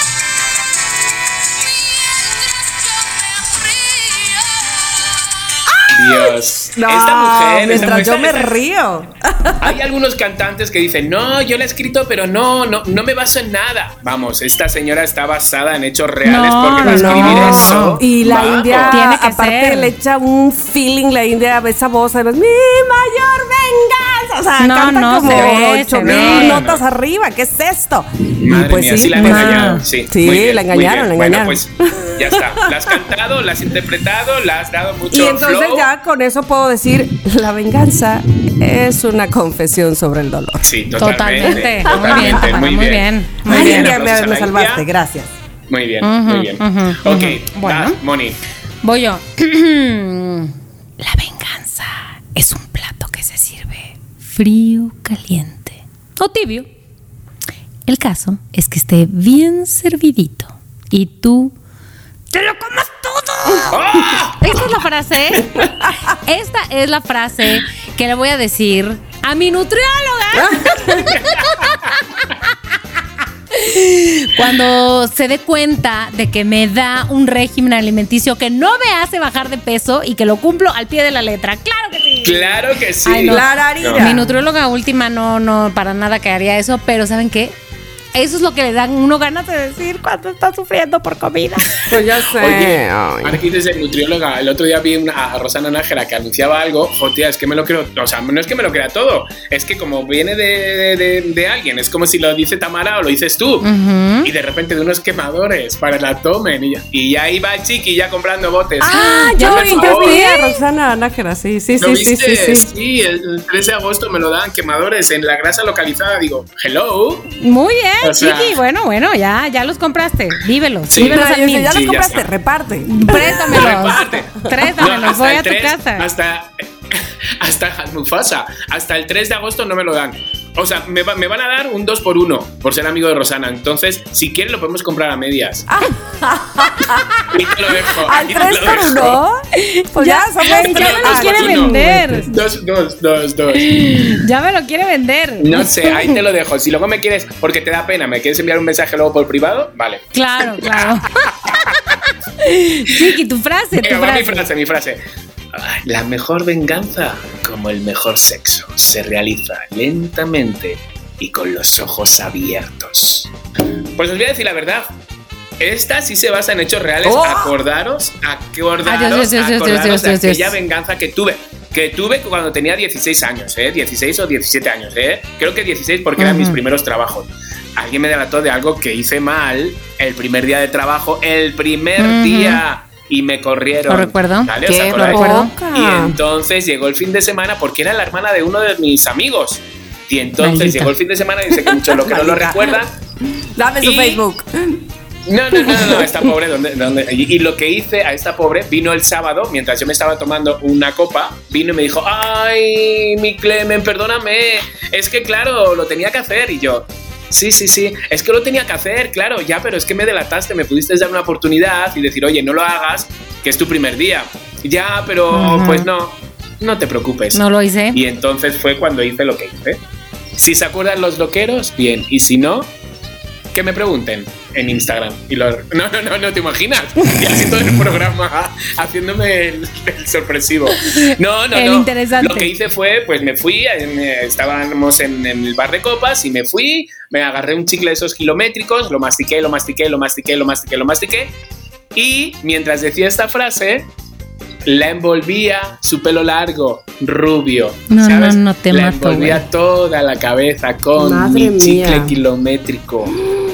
Dios. No, Esta mujer. mientras yo me río. Hay algunos cantantes que dicen, no, yo la he escrito, pero no me baso en nada. Vamos, esta señora está basada en hechos reales porque va a escribir eso. Y la India, Tiene que aparte, ser. le echa un feeling, la India, esa voz, además, mi mayor venganza. O sea, No, canta no, como se ve, 8,000 no. notas arriba. ¿Qué es esto? Madre pues mía, sí la han pues, engañado. Sí, sí, muy bien, la muy bien. engañaron. Bueno, pues ya está. La has cantado, la has interpretado, la has dado mucho Y entonces flow. ya con eso puedo decir, la venganza es una confesión sobre el dolor. Sí, totalmente. Muy bien. Ay, bien, India, aplausos a me la salvaste, India. gracias. Muy bien, muy bien. Ok, Bueno. Moni. Voy yo. La venganza es un plato que se sirve frío, caliente o tibio. El caso es que esté bien servidito y tú te lo comas todo. Esta es la frase. Esta es la frase que le voy a decir a mi nutrióloga. Cuando se dé cuenta de que me da un régimen alimenticio que no me hace bajar de peso y que lo cumplo al pie de la letra. ¡Claro que sí! Claro que sí. Ay, no. Clararira. Mi nutrióloga última no para nada que haría eso, pero ¿saben qué? Eso es lo que le dan uno ganas de decir cuando está sufriendo por comida. Pues ya sé. Oye, ahora que dices de nutrióloga, el otro día vi a Rosana Nájera que anunciaba algo. Joder, es que me lo creo. O sea, no es que me lo crea todo. Es que como viene de alguien, es como si lo dice Tamara o lo dices tú. Y de repente de unos quemadores para el abdomen. Y ya iba el Chiqui ya comprando botes. Yo vi a Rosana Nájera, sí. ¿Lo viste? Sí, el 3 de agosto me lo dan, quemadores en la grasa localizada. Digo, hello. Muy bien, o sea, Chiqui. Bueno, ya los compraste. Vívelos. Sí. Vívelos al mil. Ya los Sí, compraste, ya está. reparte. Préstamelos, voy a tu casa. Hasta Mufasa. Hasta el 3 de agosto no me lo dan. O sea, me van a dar un 2x1 por ser amigo de Rosana. Entonces, si quieres, lo podemos comprar a medias. Y te lo dejo. ¿Al 3x1? Pues ya somos ya me lo quiere vender. Dos. Ya me lo quiere vender. No sé, ahí te lo dejo. Si luego me quieres, porque te da pena, me quieres enviar un mensaje luego por privado, vale. Claro. Chiqui, tu frase. Mi frase. La mejor venganza, como el mejor sexo, se realiza lentamente y con los ojos abiertos. Pues os voy a decir la verdad. Esta sí se basa en hechos reales. Acordaros de aquella venganza que tuve cuando tenía 16 años, 16 o 17 años, creo que 16 porque eran mis primeros trabajos. Alguien me delató de algo que hice mal el primer día de trabajo, el primer día. Y me corrieron. Lo recuerdo. ¿Vale? ¿Qué? Lo recuerdo. Y entonces llegó el fin de semana porque era la hermana de uno de mis amigos. Y entonces Maldita. llegó el fin de semana y dice que mucho lo que no lo recuerdan. Dame su Facebook. No, esta pobre, ¿dónde? Y lo que hice a esta pobre, vino el sábado, mientras yo me estaba tomando una copa, vino y me dijo, ay, mi Clemen, perdóname, es que claro, lo tenía que hacer. Y yo, sí, es que lo tenía que hacer, claro, ya, pero es que me delataste, me pudiste dar una oportunidad y decir, oye, no lo hagas, que es tu primer día. Ya, pero pues no te preocupes. No lo hice. Y entonces fue cuando hice lo que hice. Si se acuerdan los loqueros, bien, y si no, que me pregunten en Instagram. Y no te imaginas. Y así todo el programa haciéndome el sorpresivo. No. Interesante. Lo que hice fue, pues me fui, estábamos en el bar de copas y me fui, me agarré un chicle de esos kilométricos, lo mastiqué. Y mientras decía esta frase, la envolvía su pelo largo, rubio. ¿Sabes? No te la mato, envolvía güey. toda la cabeza con Madre mi chicle mía. kilométrico.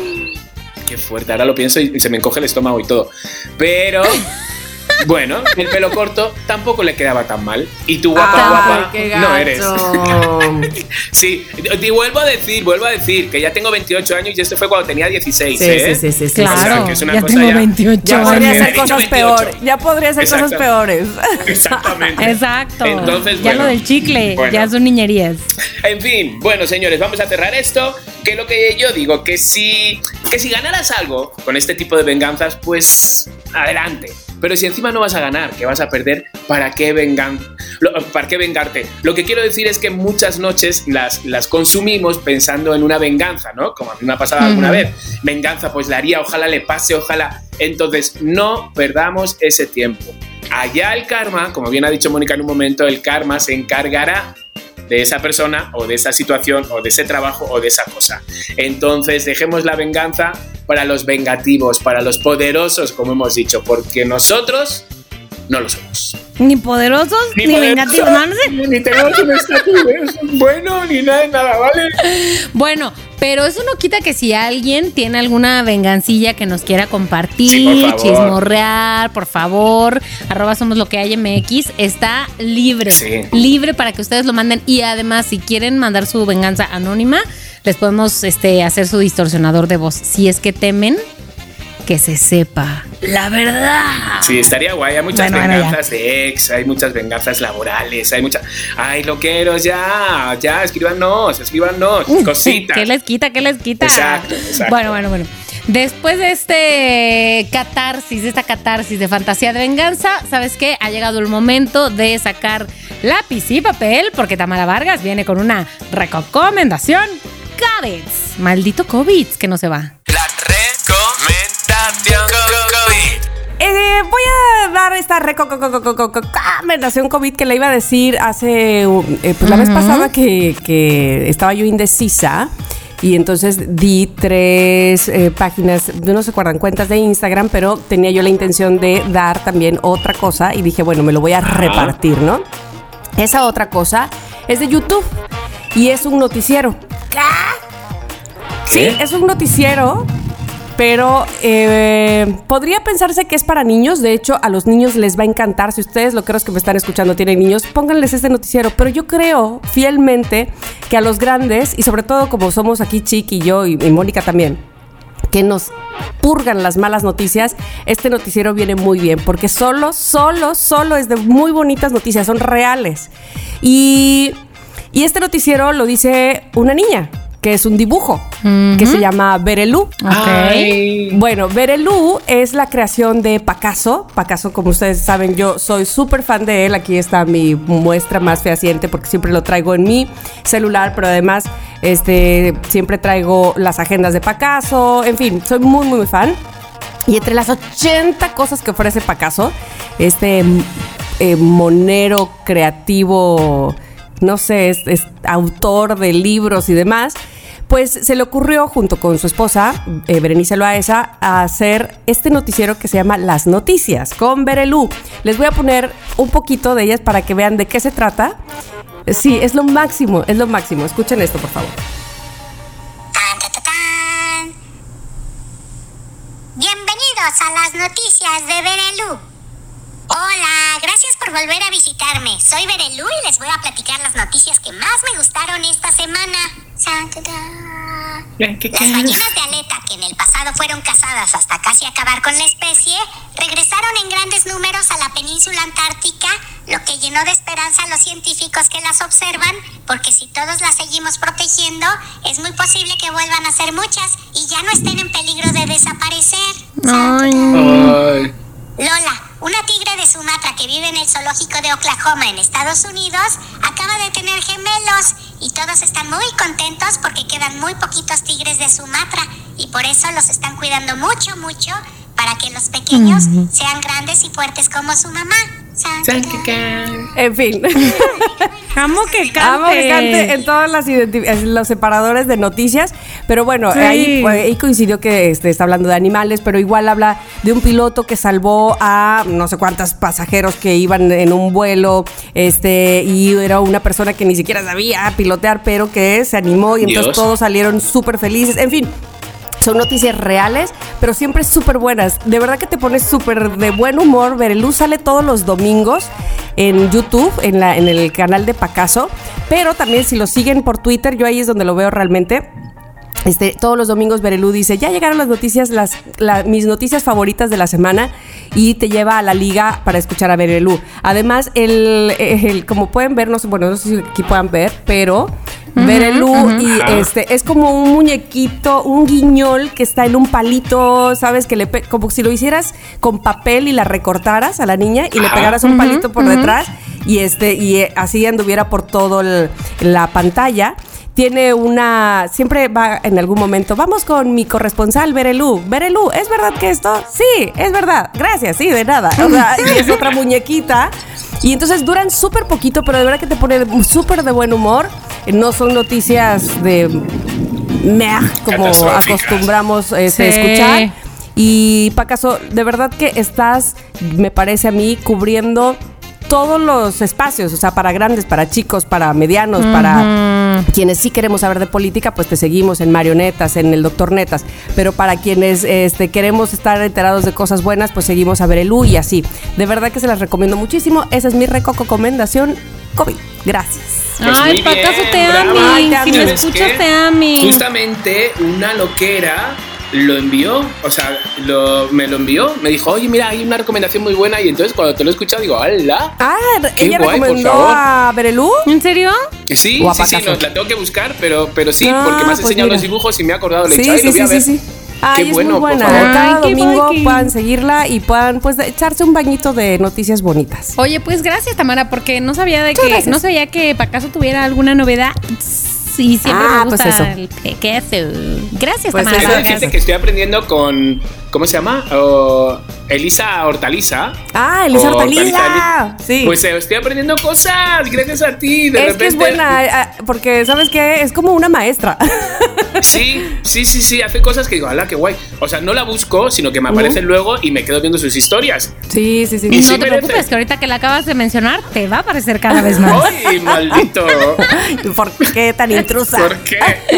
Qué fuerte, ahora lo pienso y se me encoge el estómago y todo. Pero bueno, el pelo corto tampoco le quedaba tan mal. Y tú guapa qué no eres. gacho. Sí, y vuelvo a decir que ya tengo 28 años y esto fue cuando tenía 16. Sí. Claro, O sea, que es una ya cosa tengo ya- 28 Ya podría años. ser He dicho cosas 28. peores. Ya podría ser cosas Exacto. peores. Exactamente. Exacto. Entonces, ya bueno, lo del chicle, bueno. ya son niñerías. En fin, bueno, señores, vamos a cerrar esto. Que lo que yo digo, que si ganaras algo con este tipo de venganzas, pues adelante. Pero si encima no vas a ganar, que vas a perder, ¿para qué vengarte? Lo que quiero decir es que muchas noches las consumimos pensando en una venganza, ¿no? Como a mí me ha pasado alguna vez. Venganza, pues la haría, ojalá le pase, ojalá. Entonces, no perdamos ese tiempo. Allá el karma, como bien ha dicho Mónica en un momento, el karma se encargará de esa persona o de esa situación o de ese trabajo o de esa cosa. Entonces dejemos la venganza para los vengativos, para los poderosos, como hemos dicho, porque nosotros no lo somos. Ni poderosos, ni vengativos. No sé. Ni tenemos un estatus bueno, ni nada, ¿vale? Bueno, pero eso no quita que si alguien tiene alguna vengancilla que nos quiera compartir, Sí, por favor. chismorrear, por favor, @somosloquehayMX, está libre. Sí. Libre para que ustedes lo manden. Y además, si quieren mandar su venganza anónima, les podemos hacer su distorsionador de voz. Si es que temen que se sepa la verdad. Sí, estaría guay. Hay muchas Bueno, venganzas de ex, hay muchas venganzas laborales, hay muchas... Ay, loqueros, ya, escríbanos, cositas. ¿Qué les quita? Exacto. Bueno. Después de esta catarsis de fantasía de venganza, ¿sabes qué? Ha llegado el momento de sacar lápiz y papel, porque Tamara Vargas viene con una recomendación. COVID. Maldito COVID, que no se va. La recomendación COVID. Voy a dar esta recomendación COVID que le iba a decir hace, pues la vez pasada que estaba yo indecisa. Y entonces di 3 páginas, no se acuerdan, cuentas de Instagram, pero tenía yo la intención de dar también otra cosa y dije, bueno, me lo voy a repartir, ¿no? Esa otra cosa es de YouTube y es un noticiero. ¿Qué? Sí, es un noticiero, pero podría pensarse que es para niños. De hecho, a los niños les va a encantar. Si ustedes, loqueros que me están escuchando, tienen niños, pónganles este noticiero. Pero yo creo fielmente que a los grandes, y sobre todo como somos aquí Chiqui y yo y Mónica también, que nos purgan las malas noticias, este noticiero viene muy bien, porque solo es de muy bonitas noticias, son reales. Y este noticiero lo dice una niña, que es un dibujo, que se llama Verelú. Okay. Bueno, Verelú es la creación de Pacaso. Pacaso, como ustedes saben, yo soy súper fan de él. Aquí está mi muestra más fehaciente porque siempre lo traigo en mi celular, pero además siempre traigo las agendas de Pacaso. En fin, soy muy, muy fan. Y entre las 80 cosas que ofrece Pacaso, monero creativo, no sé, es autor de libros y demás, pues se le ocurrió junto con su esposa, Berenice Loaesa, a hacer este noticiero que se llama Las Noticias con Verelú. Les voy a poner un poquito de ellas para que vean de qué se trata. Sí, es lo máximo, es lo máximo. Escuchen esto, por favor. Bienvenidos a Las Noticias de Verelú. Hola, gracias por volver a visitarme. Soy Verelú y les voy a platicar las noticias que más me gustaron esta semana. Las ballenas de aleta, que en el pasado fueron cazadas hasta casi acabar con la especie, regresaron en grandes números a la península antártica, lo que llenó de esperanza a los científicos que las observan, porque si todos las seguimos protegiendo, es muy posible que vuelvan a ser muchas y ya no estén en peligro de desaparecer. Ay. Lola, una tigre de Sumatra que vive en el zoológico de Oklahoma en Estados Unidos, acaba de tener gemelos y todos están muy contentos porque quedan muy poquitos tigres de Sumatra y por eso los están cuidando mucho, mucho para que los pequeños sean grandes y fuertes como su mamá. En fin. Amo que cante. Amo que cante en todos los separadores de noticias. Pero bueno, sí. ahí coincidió que está hablando de animales, pero igual habla de un piloto que salvó a no sé cuántos pasajeros que iban en un vuelo, y era una persona que ni siquiera sabía pilotear, pero que se animó y entonces todos salieron súper felices. En fin. Son noticias reales, pero siempre súper buenas. De verdad que te pones súper de buen humor. Verelú sale todos los domingos en YouTube, en el canal de Pacaso. Pero también si lo siguen por Twitter, yo ahí es donde lo veo realmente. Todos los domingos Verelú dice, ya llegaron las noticias, mis noticias favoritas de la semana, y te lleva a la liga para escuchar a Verelú. Además, como pueden ver, no sé si aquí puedan ver, pero Verelú es como un muñequito, un guiñol que está en un palito, ¿sabes? Como si lo hicieras con papel y la recortaras a la niña y le pegaras un palito por detrás y así anduviera por todo la pantalla. Tiene siempre va en algún momento, vamos con mi corresponsal Verelú. Verelú, ¿es verdad que esto? Sí, es verdad. Gracias, sí, de nada. O sea, y es otra muñequita. Y entonces duran súper poquito, pero de verdad que te pone súper de buen humor. No son noticias de como acostumbramos escuchar. Y Pacaso, de verdad que estás, me parece a mí, cubriendo todos los espacios, o sea, para grandes, para chicos, para medianos, para quienes sí queremos saber de política, pues te seguimos en Marionetas, en el Doctor Netas, pero para quienes queremos estar enterados de cosas buenas, pues seguimos a Verelú y así. De verdad que se las recomiendo muchísimo. Esa es mi recomendación COVID. Gracias. Pues ay, Pacaso, te amo. Si me escuchas, te amo. Justamente una loquera lo envió, me lo envió, me dijo, oye, mira, hay una recomendación muy buena, y entonces cuando te lo he escuchado digo, ¡hala! Ah, ella guay, recomendó a Verelú. ¿En serio? Sí, no, la tengo que buscar, pero sí, porque me has enseñado los dibujos y me he acordado de sí. Ay, es muy buena. Cada domingo puedan seguirla y puedan echarse un bañito de noticias bonitas. Oye, pues gracias, Tamara, porque no sabía que Pacaso tuviera alguna novedad y siempre me gusta pues eso. el queso. Gracias, Pues Tamara. eso. Quiero decirte que estoy aprendiendo con, ¿cómo se llama? Elisa Hortaliza. Elisa O Hortaliza. Sí. Pues estoy aprendiendo cosas gracias a ti. De es repente, que es buena, porque ¿sabes qué? Es como una maestra. Sí, hace cosas que digo, ¡hala, qué guay! O sea, no la busco, sino que me aparecen luego y me quedo viendo sus historias. Sí. Y No sí te merece. preocupes, que ahorita que la acabas de mencionar, te va a aparecer cada vez más. ¡Ay, maldito! ¿Por qué tan intrusa? ¿Por qué?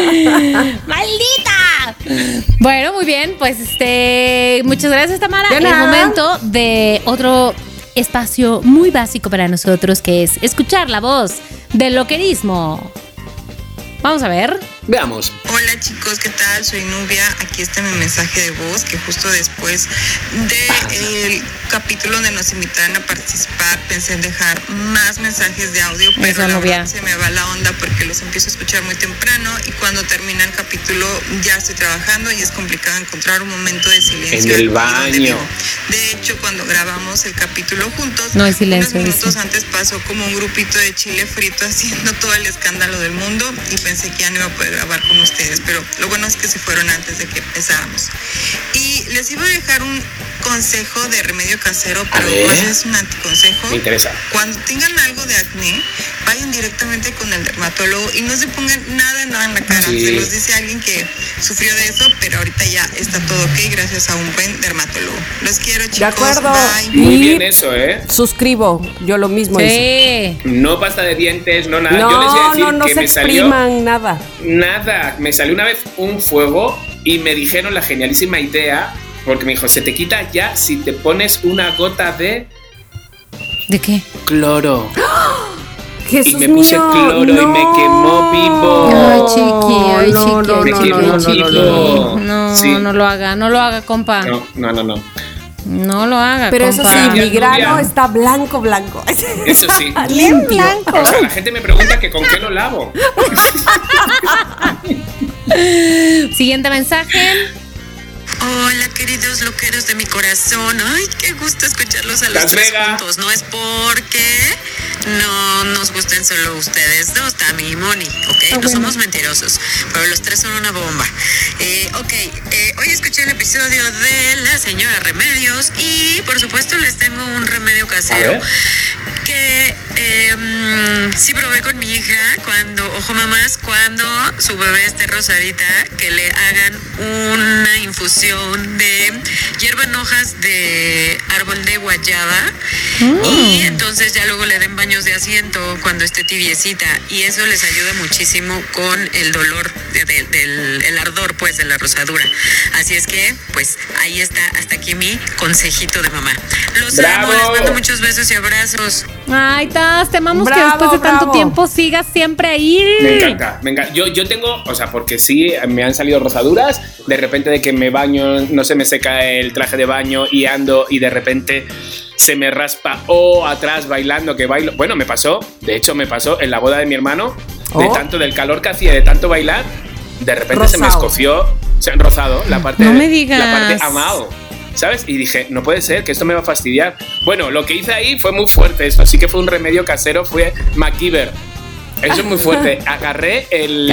¡Maldita! Bueno, muy bien, pues muchas gracias, Tamara. De Es nada. momento de otro espacio muy básico para nosotros, que es escuchar la voz del loquerismo. Vamos a ver. Veamos. Hola chicos, ¿qué tal? Soy Nubia. Aquí está mi mensaje de voz, que justo después del capítulo donde nos invitaron a participar pensé en dejar más mensajes de audio, pero Eso, la Nubia. verdad se me va la onda porque los empiezo a escuchar muy temprano y cuando termina el capítulo ya estoy trabajando y es complicado encontrar un momento de silencio. En el aquí donde baño. vivo. De hecho, cuando grabamos el capítulo juntos, No hay silencio, unos minutos dice. antes pasó como un grupito de chile frito haciendo todo el escándalo del mundo y pensé que ya no iba a poder grabar con ustedes, pero lo bueno es que se fueron antes de que empezáramos. Y les iba a dejar un consejo de remedio casero, pero ver. más es un anticonsejo. Me interesa. Cuando tengan algo de acné, vayan directamente con el dermatólogo y no se pongan nada en la cara. Sí. Se los dice alguien que sufrió de eso, pero ahorita ya está todo ok gracias a un buen dermatólogo. Los quiero, chicos. De acuerdo. Bye. Muy Y bien eso, ¿eh? suscribo, yo lo mismo hice. Sí. No pasta de dientes, no nada. Yo les voy a decir No que se me salió expriman nada. nada. Me salió una vez un fuego y me dijeron la genialísima idea, porque me dijo, se te quita ya si te pones una gota de ¿De qué? cloro. Jesús Y me puse mío, cloro y me quemó vivo. Ay, chiqui, ay, no, chiqui, no, ay, no, chiqui, no, no, chiqui. no, no, no. No, Sí. no lo haga, compa. No. No lo haga, Pero eso compa. sí, mi grano Nubia. está blanco. Eso sí. Limpio. O sea, la gente me pregunta que con qué lo lavo. Siguiente mensaje. Hola, queridos loqueros de mi corazón. Ay, qué gusto escucharlos a los Las tres Vega. juntos. No es porque no nos gusten solo ustedes dos, Tami y Moni, ¿ok? No somos mentirosos, pero los tres son una bomba. Hoy escuché el episodio de la señora Remedios y por supuesto les tengo un remedio A casero ver. que sí probé con mi hija ojo mamás, cuando su bebé esté rosadita, que le hagan una infusión de hierba en hojas de árbol de guayaba y entonces ya luego le den baños de asiento cuando esté tibiecita y eso les ayuda muchísimo con el dolor del ardor pues de la rosadura. Así es que pues ahí está, hasta aquí mi consejito de mamá. Los amo, les mando muchos besos y abrazos. Ay, Taz, te amamos que Bravo, después de tanto bravo. tiempo sigas siempre ahí. Me encanta, me encanta. Yo tengo, o sea, porque sí, me han salido rosaduras, de repente de que me baño, no se me seca el traje de baño y ando y de repente se me raspa o atrás bailando, que bailo. Bueno, me pasó, de hecho me pasó en la boda de mi hermano, de tanto del calor que hacía, de tanto bailar, de repente se me Rosado. escoció, se han rozado la parte, No me digas. la parte amado. ¿Sabes? Y dije, no puede ser, que esto me va a fastidiar. Bueno, lo que hice ahí fue muy fuerte. Esto sí que fue un remedio casero, fue MacGyver. Eso es muy fuerte. Agarré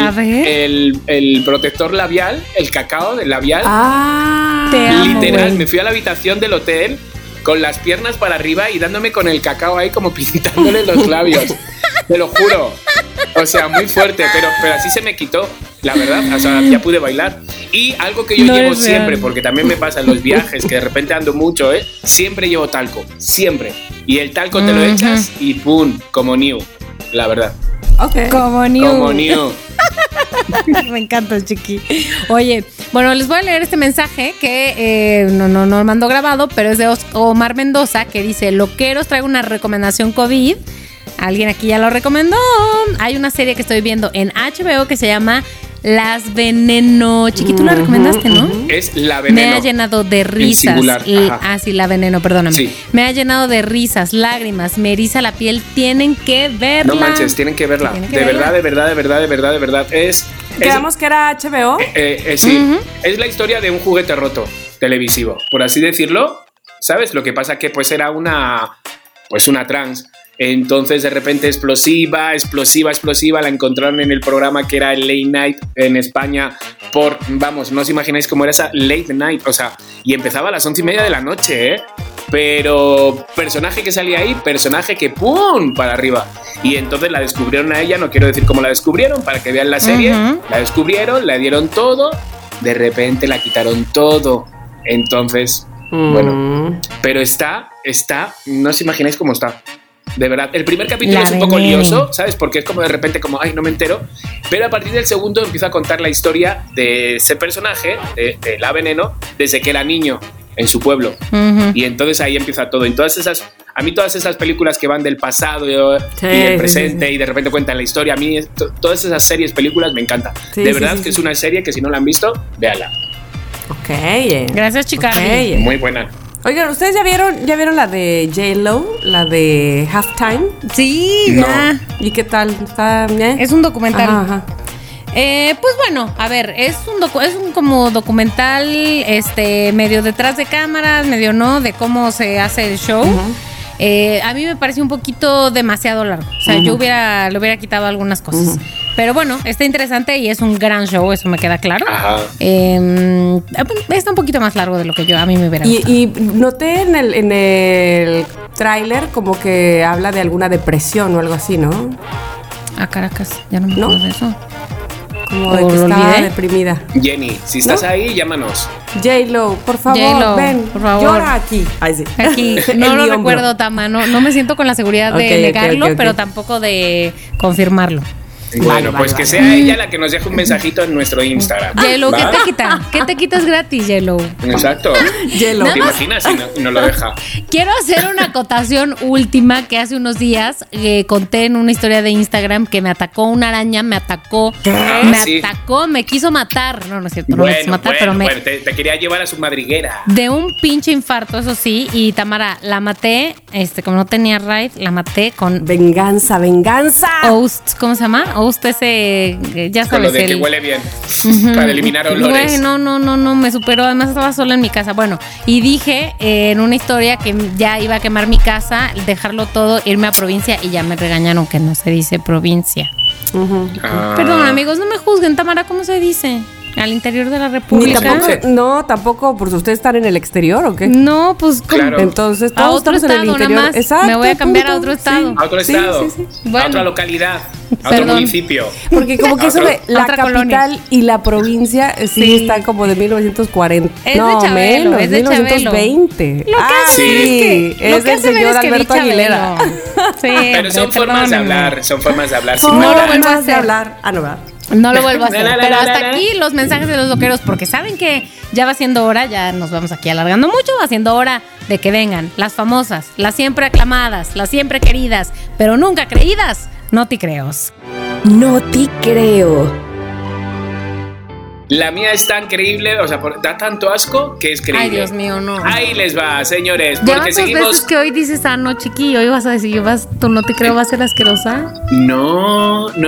el protector labial, el cacao del labial. Te amo, Literal, güey. me fui a la habitación del hotel con las piernas para arriba y dándome con el cacao ahí como pintándole los labios. Te lo juro. O sea, muy fuerte, pero así se me quitó, la verdad. O sea, ya pude bailar. Y algo que yo No llevo es siempre, real. porque también me pasa en los viajes, que de repente ando mucho, siempre llevo talco, siempre. Y el talco te lo echas y ¡pum! Como new, la verdad. Ok. Como new. Como new. Me encanta, chiqui. Oye, bueno, les voy a leer este mensaje que no mandó grabado, pero es de Omar Mendoza, que dice: Loqueros, traigo una recomendación COVID. Alguien aquí ya lo recomendó. Hay una serie que estoy viendo en HBO que se llama Las Veneno. Chiqui, tú la recomendaste, ¿no? Es la veneno. Me ha llenado de risas. singular, ajá. Sí, La Veneno, perdóname. Sí. Me ha llenado de risas, lágrimas, me eriza la piel. Tienen que verla. No manches, tienen que verla. Tienen que De verla. verdad, de verdad. Quedamos que era HBO. Sí, es la historia de un juguete roto televisivo, por así decirlo. ¿Sabes? Lo que pasa que pues era una trans. Entonces de repente explosiva, la encontraron en el programa que era el Late Night en España vamos, no os imagináis cómo era esa Late Night, o sea, y empezaba a las 11:30 de la noche, pero personaje que salía ahí, personaje que ¡pum! Para arriba. Y entonces la descubrieron a ella, no quiero decir cómo la descubrieron, para que vean la serie, la descubrieron, le dieron todo, de repente la quitaron todo, entonces, bueno, pero está, no os imagináis cómo está. De verdad, el primer capítulo es un poco lioso, ¿sabes? Porque es como de repente como, ay, no me entero. Pero a partir del segundo empieza a contar la historia de ese personaje, de La Veneno, desde que era niño en su pueblo. Y entonces ahí empieza todo. Y a mí todas esas películas que van del pasado y del presente y de repente cuentan la historia, a mí todas esas series, películas me encantan. De verdad que es una serie que si no la han visto, véanla. Ok. Gracias, chicas. Okay. Muy buena. Oigan, ¿ustedes ya vieron la de J-Lo? La de Halftime. Sí, ya. ¿Y qué tal? ¿Está bien? Es un documental. Ajá. Pues bueno, a ver, es un como documental, medio detrás de cámaras, medio no, de cómo se hace el show. A mí me pareció un poquito demasiado largo. O sea, yo le hubiera quitado algunas cosas. Pero bueno, está interesante y es un gran show, eso me queda claro. Está un poquito más largo de lo que a mí me hubiera gustado. Y noté en el tráiler como que habla de alguna depresión o algo así, ¿no? Caracas, ya no me acuerdo de eso. Como de que estaba deprimida. Jenny, si estás ahí, llámanos. J-Lo, por favor, ven, por favor. Llora aquí. Ay, sí. Aquí, no lo recuerdo, Tama, no me siento con la seguridad de negarlo, pero tampoco de confirmarlo. Bueno, pues que sea ella la que nos deje un mensajito en nuestro Instagram. J-Lo, ¿qué te quita? ¿Qué te quitas gratis, J-Lo? Exacto. J-Lo. ¿Te imaginas si no lo deja? Quiero hacer una acotación última que hace unos días conté en una historia de Instagram que me atacó una araña, me atacó, me quiso matar. No es cierto, no me quiso matar, pero te quería llevar a su madriguera. De un pinche infarto, eso sí, y Tamara, la maté, como no tenía raid, la maté con... Venganza. Oust, ¿cómo se llama? Oust ese, ya sabes. Con lo de que huele bien, para eliminar olores. No, me superó, además estaba sola en mi casa. Bueno, y dije en una historia que ya iba a quemar mi casa, dejarlo todo, irme a provincia, y ya me regañaron que no se dice provincia. Perdón, amigos, no me juzguen, Tamara, ¿cómo se dice? Al interior de la República. Tampoco, por ustedes están en el exterior, ¿o qué? No, pues claro. Entonces a otro estado, en el interior. nada más. Exacto, me voy a cambiar a otro estado. Sí. A otro estado. Sí. Bueno, a otra localidad. A otro municipio. Porque como que eso de la capital colonia y la provincia están como de 1940. Es de Chabelo, es de 1920. Lo que hace es del señor Alberto Aguilera. Sí, pero son formas de hablar, No lo vuelvo a hacer. No lo vuelvo a hacer. Pero hasta aquí los mensajes de los loqueros, porque saben que ya va siendo hora, ya nos vamos aquí alargando mucho, va siendo hora de que vengan las famosas, las siempre aclamadas, las siempre queridas, pero nunca creídas, no te creos. No te creo. La mía es tan creíble, o sea, da tanto asco que es creíble. Ay, Dios mío, no. Ahí les va, señores, ya porque seguimos... veces que hoy dices, no, chiqui, hoy vas a decir, tú no te creo, va a ser asquerosa. No. ¿Sí?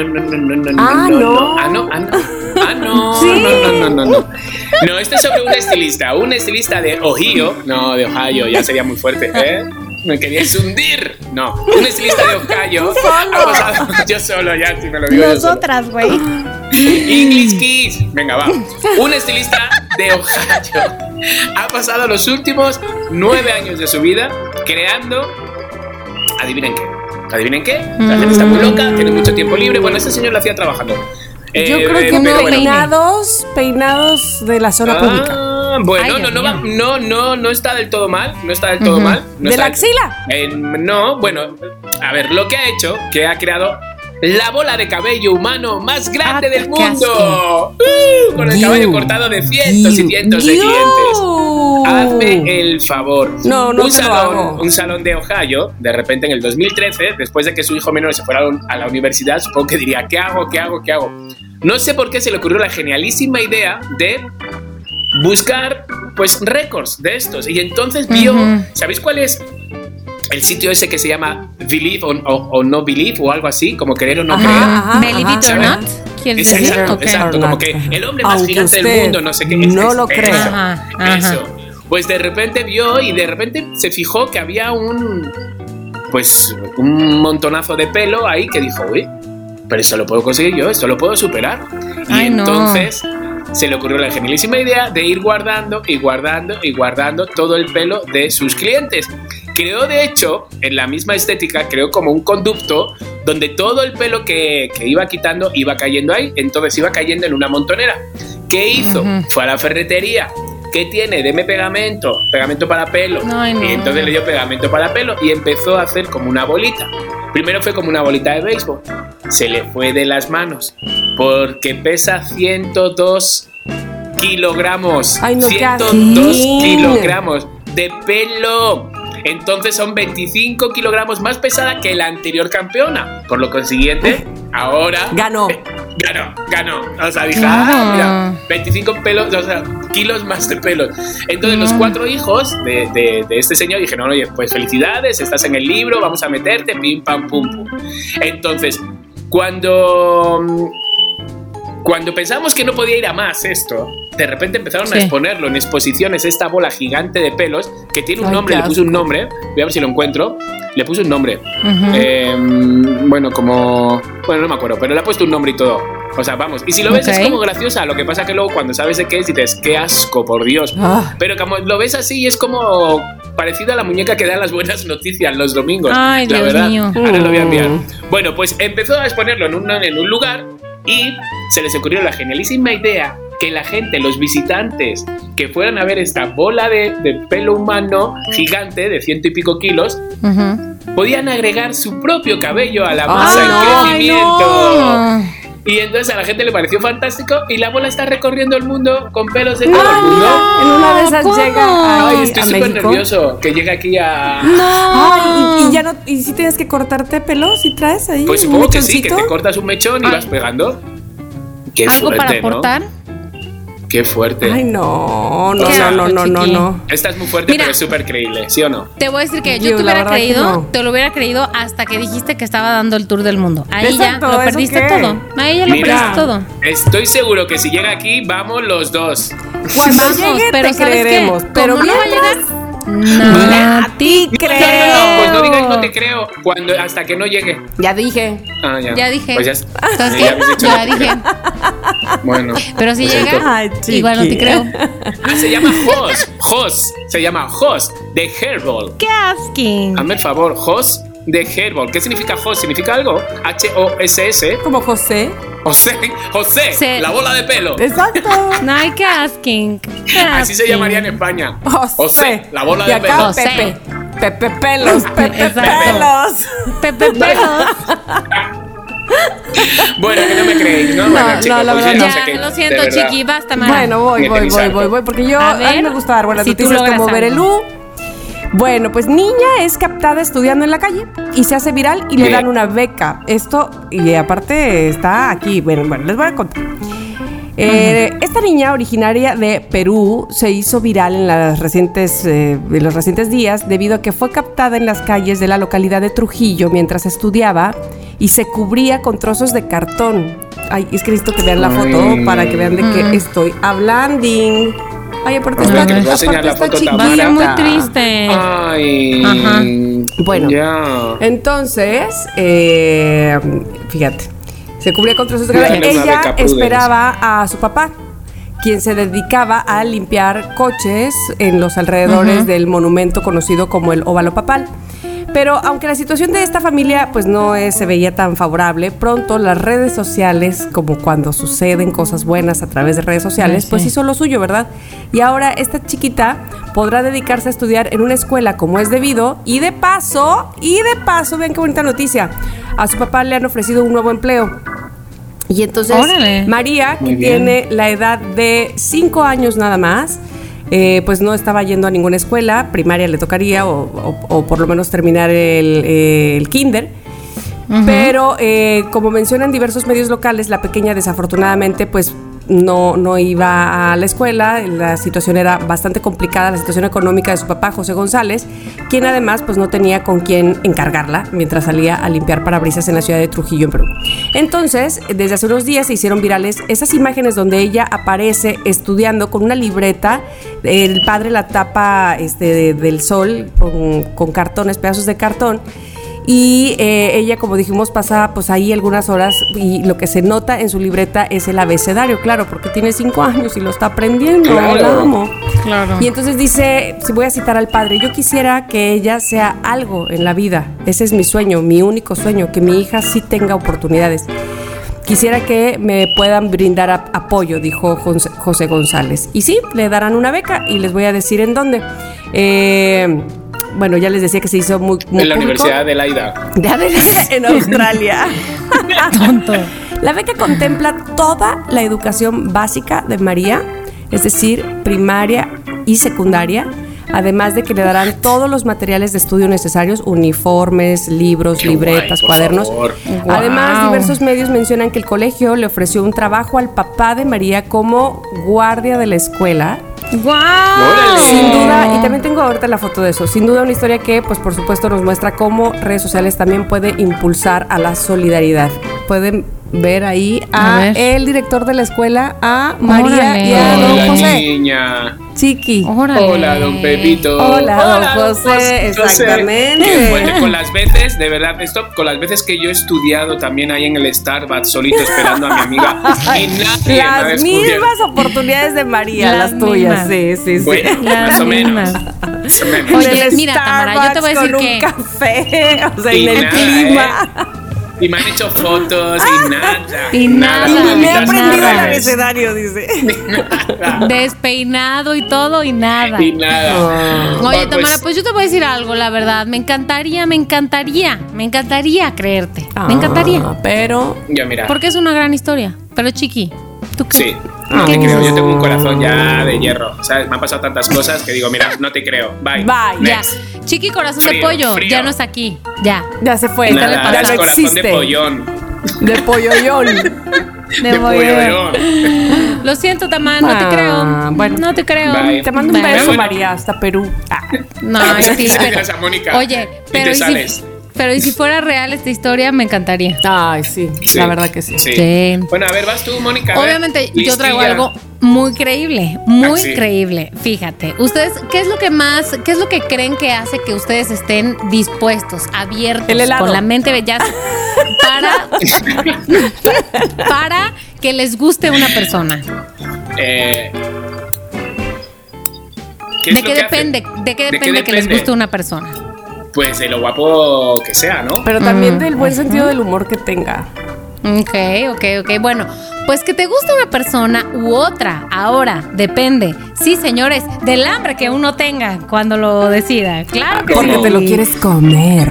No, este es sobre un estilista de Ohio. No, de Ohio, ya sería muy fuerte, ¿eh? Me queríais hundir. No, un estilista de Ohio ha pasado, yo solo, ya si me lo digo. Nosotras, güey. English Kiss. Venga, va. Un estilista de Ohio ha pasado los últimos 9 años de su vida creando. ¿Adivinen qué? La gente está muy loca, tiene mucho tiempo libre. Bueno, este señor lo hacía trabajando. Yo creo que peinados de la zona pública. Bueno, no está del todo mal. No está del todo mal. ¿De la axila? No, bueno, a ver, lo que ha hecho, que ha creado la bola de cabello humano más grande del mundo. Con el cabello cortado de cientos y cientos de clientes. Hazme el favor. Un salón de Ohio, de repente en el 2013, después de que su hijo menor se fuera a la universidad, supongo que diría, ¿qué hago? No sé por qué se le ocurrió la genialísima idea de buscar, pues, récords de estos. Y entonces vio, ¿sabéis cuál es el sitio ese que se llama Believe o No Believe o algo así? Como creer o no creer. Believe it or not. Exacto, como que el hombre más gigante del mundo, no sé qué. No lo cree. Eso. Pues de repente vio y de repente se fijó que había un pues un montonazo de pelo ahí que dijo, uy, pero esto lo puedo conseguir yo, esto lo puedo superar. Y entonces se le ocurrió la genialísima idea de ir guardando y guardando y guardando todo el pelo de sus clientes. Creó, de hecho, en la misma estética, creó como un conducto donde todo el pelo que iba quitando iba cayendo ahí, entonces iba cayendo en una montonera. ¿Qué hizo? Fue a la ferretería. ¿Qué tiene? Deme pegamento para pelo. Y entonces le dio pegamento para pelo y empezó a hacer como una bolita. Primero fue como una bolita de béisbol. Se le fue de las manos porque pesa 102 kilogramos. 102 kilogramos de pelo. Entonces son 25 kilogramos más pesada que la anterior campeona. Por lo consiguiente, ahora... Ganó. Ganó. O sea, dije, mira, 25 kilos más de pelos. Entonces los 4 hijos de este señor dijeron, oye, pues felicidades, estás en el libro, vamos a meterte, pim, pam, pum, pum. Entonces, cuando pensamos que no podía ir a más esto, de repente empezaron a exponerlo en exposiciones, esta bola gigante de pelos, que tiene un nombre, le puse un nombre, voy a ver si lo encuentro, le puse un nombre, bueno, no me acuerdo, pero le ha puesto un nombre y todo, o sea, vamos, y si lo ves es como graciosa, lo que pasa que luego cuando sabes de qué es dices, qué asco, por Dios, pero como lo ves así es como parecido a la muñeca que da las buenas noticias los domingos. Ay, la Dios verdad, mío. Ahora lo voy a enviar. Bueno, pues empezó a exponerlo en un lugar y se les ocurrió la genialísima idea que la gente, los visitantes que fueran a ver esta bola de pelo humano gigante de 100 y pico kilos, podían agregar su propio cabello a la masa en crecimiento. Y entonces a la gente le pareció fantástico y la bola está recorriendo el mundo con pelos de todo el mundo. En una de esas llega Ay, estoy súper nervioso que llegue aquí a... Ay, y ya no, y si tienes que cortarte pelo, si traes ahí. Pues supongo que sí, que te cortas un mechón y vas pegando. Qué ¿Algo fuerte, para aportar? ¿no? Qué fuerte. Ay, no. Esta es muy fuerte, Mira, pero es súper creíble, ¿sí o no? Te voy a decir que yo te lo hubiera creído hasta que dijiste que estaba dando el tour del mundo. Ahí ya lo perdiste todo. Ahí ya lo perdiste todo. Estoy seguro que si llega aquí, vamos los dos. Cuando llegue pero te ¿sabes creeremos. qué? Pero ¿Cómo no va a llegar? No, a ti creo. No, pues no digáis no te creo hasta que no llegue. Ya dije. Ya dije. Pues ya, ¿Sabes ya habéis dicho. Ya dije. Bueno. Pero si pues llega, igual no te creo. Se llama Hoss. Se llama Hoss de Hairball. ¿Qué asking? Hazme el favor, Hoss de Hairball. ¿Qué significa Hoss? ¿Significa algo? H-O-S-S. Como José. José, la bola de pelo. Exacto. No hay que asking. Así se llamaría en España. José, la bola y de acá pelo. Pepe. Pepe Pelos. Pepe Pelos. Bueno, que no me creéis, ¿no? Bueno, chicos, la pues verdad, no sé qué, lo siento, de verdad. chiqui, basta, Mara. Bueno, voy, porque a mí me gusta dar buenas noticias como Berelú. Bueno, pues niña es captada estudiando en la calle y se hace viral y le dan una beca. Esto, y aparte está aquí. Bueno, les voy a contar. Esta niña, originaria de Perú, se hizo viral en los recientes días debido a que fue captada en las calles de la localidad de Trujillo mientras estudiaba y se cubría con trozos de cartón. Ay, es que necesito que vean la foto para que vean de qué estoy hablando. Ay, aparte está chiquita. Va a ser muy triste. Ay. Ajá. Bueno, ya. Entonces, fíjate, se cubría con trozos de cartón. Ella esperaba a su papá, quien se dedicaba a limpiar coches en los alrededores del monumento conocido como el Óvalo Papal. Pero aunque la situación de esta familia pues no se veía tan favorable, pronto las redes sociales, como cuando suceden cosas buenas a través de redes sociales, pues hizo lo suyo, ¿verdad? Y ahora esta chiquita podrá dedicarse a estudiar en una escuela como es debido y de paso, vean qué bonita noticia, a su papá le han ofrecido un nuevo empleo. Y entonces María, que tiene la edad de 5 años nada más, pues no estaba yendo a ninguna escuela, primaria le tocaría o por lo menos terminar el kinder. Pero como mencionan diversos medios locales, la pequeña desafortunadamente pues no iba a la escuela. La situación era bastante complicada, la situación económica de su papá, José González, quien además pues no tenía con quién encargarla mientras salía a limpiar parabrisas en la ciudad de Trujillo, en Perú. Entonces, desde hace unos días se hicieron virales esas imágenes donde ella aparece estudiando con una libreta. El padre la tapa del sol con cartones, pedazos de cartón. y ella, como dijimos, pasa pues ahí algunas horas y lo que se nota en su libreta es el abecedario, claro, porque tiene 5 años y lo está aprendiendo. Claro. La amo. Claro. Y entonces dice, si voy a citar al padre, yo quisiera que ella sea algo en la vida. Ese es mi sueño, mi único sueño, que mi hija sí tenga oportunidades. Quisiera que me puedan brindar apoyo, dijo José González. Y sí, le darán una beca y les voy a decir en dónde. Bueno, ya les decía que se hizo muy en la público. Universidad de Adelaida. De Adelaida, en Australia. Tonto. La beca contempla toda la educación básica de María, es decir, primaria y secundaria, además de que le darán todos los materiales de estudio necesarios, uniformes, libros, Qué libretas, guay, cuadernos. favor. Además, Wow. diversos medios mencionan que el colegio le ofreció un trabajo al papá de María como guardia de la escuela. ¡Guau! Órale. Sin duda, y también tengo ahorita la foto de eso, sin duda una historia que, pues por supuesto, nos muestra cómo redes sociales también puede impulsar a la solidaridad. Pueden ver ahí A ver. el director de la escuela, a María Órale. y a don Hola, José. niña. Chiqui. Órale. Hola, don Pepito. Hola, don José, exactamente. Bueno, con las veces, de verdad, con las veces que yo he estudiado también ahí en el Starbucks, solito esperando a mi amiga, y nadie me ha Las descubierto. mismas oportunidades de María, Las las tuyas, mismas. sí. Bueno, Las más o menos. mismas. Más o menos. Oye, En el mira, Tamara, yo te voy a decir Starbucks que- con un café, o sea, Y en el nada, clima. Y me han hecho fotos y nada. Y nada. Y ni me he Las aprendido el nada. abecedario, dice. Despeinado y todo y nada. Y nada. Oye, Tamara, pues yo te voy a decir algo, la verdad. Me encantaría creerte. Me encantaría. Pero Yo, mira. Porque es una gran historia. Pero Chiqui, ¿tú qué? Sí, no te creo. Yo tengo un corazón ya de hierro. ¿Sabes? Me han pasado tantas cosas que digo, mira, no te creo. Bye. Bye. Ya. Next. Chiqui, corazón de Frío, pollo, frío. ya no está aquí. Ya. ya se fue, Nada, ya Nada, es no corazón existe. de pollón. De polloyón. De pollón. Lo siento, Tamara, no te creo. bueno. No te creo. Bye. Te mando un Bueno. beso, Bueno. María, hasta Perú. No, sí, pero- Gracias a Mónica. Oye, Y pero te y sales. si fuera real esta historia, me encantaría. Ay, sí, Sí. la verdad que sí. Sí. Bueno, a ver, vas tú, Mónica. a ver. Obviamente yo traigo Listilla. algo muy creíble, muy Ah, sí. creíble. Fíjate, ustedes, qué es lo que creen que hace que ustedes estén dispuestos, abiertos, El helado. con la mente ya para que les guste una persona? ¿Qué es ¿De lo qué que hace? depende? ¿De qué ¿De qué depende que les depende? guste una persona? Pues de lo guapo que sea, ¿no? Pero también del buen sentido del humor que tenga. Ok. Bueno, pues que te guste una persona u otra. Ahora, depende. Sí, señores, del hambre que uno tenga cuando lo decida. Claro que Porque sí. te lo quieres comer.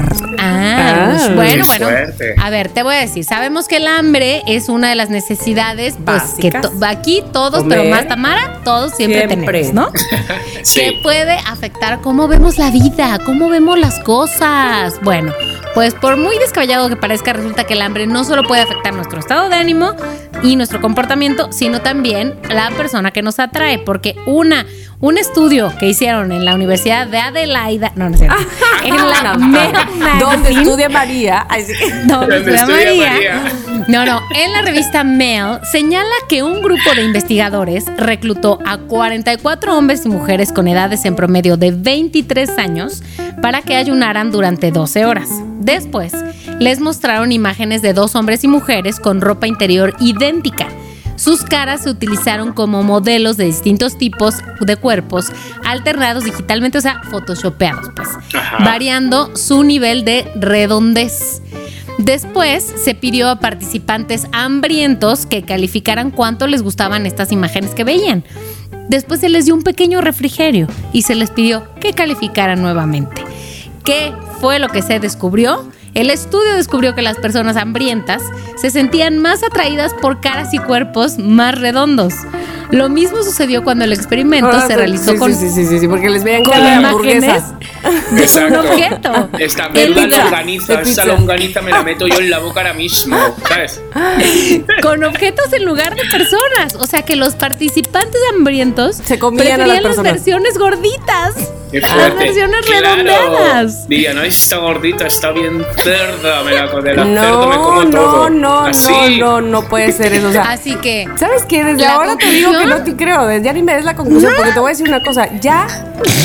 Bueno. qué fuerte. A ver, te voy a decir, sabemos que el hambre es una de las necesidades, pues Básicas. que aquí todos, Comer. pero más Tamara, todos siempre tenemos, ¿no? Sí. Que puede afectar cómo vemos la vida, cómo vemos las cosas. Bueno, pues por muy descabellado que parezca, resulta que el hambre no solo puede afectar nuestro estado de ánimo y nuestro comportamiento, sino también la persona que nos atrae, porque un estudio que hicieron en la Universidad de Adelaida, no es cierto, en la Mail Donde Magazine, estudia María. Así que- donde Donde estudia estudia María. María. No, en la revista Mail señala que un grupo de investigadores reclutó a 44 hombres y mujeres con edades en promedio de 23 años para que ayunaran durante 12 horas. Después, les mostraron imágenes de 2 hombres y mujeres con ropa interior idéntica. Sus caras se utilizaron como modelos de distintos tipos de cuerpos alternados digitalmente, o sea, photoshopeados, pues, Ajá. variando su nivel de redondez. Después se pidió a participantes hambrientos que calificaran cuánto les gustaban estas imágenes que veían. Después se les dio un pequeño refrigerio y se les pidió que calificaran nuevamente. ¿Qué fue lo que se descubrió? El estudio descubrió que las personas hambrientas se sentían más atraídas por caras y cuerpos más redondos. Lo mismo sucedió cuando el experimento se realizó con Sí, porque les veían con cara de imágenes hamburguesas. de un objeto. Esta El médula pizza. longaniza, De esta pizza. longaniza me la meto yo en la boca ahora mismo, ¿sabes? Con objetos en lugar de personas. O sea que los participantes hambrientos Se comían a las preferían las personas. versiones gorditas. Qué Las fuerte. versiones Claro. redondeadas. Diría, no está gordita, está bien cerda, me la de la cerdo me como todo. Así. No puede ser eso. O sea, Así que ¿sabes qué? Desde La ahora te digo que conclusión- no te creo. Ya ni me des la conclusión, porque te voy a decir una cosa. Ya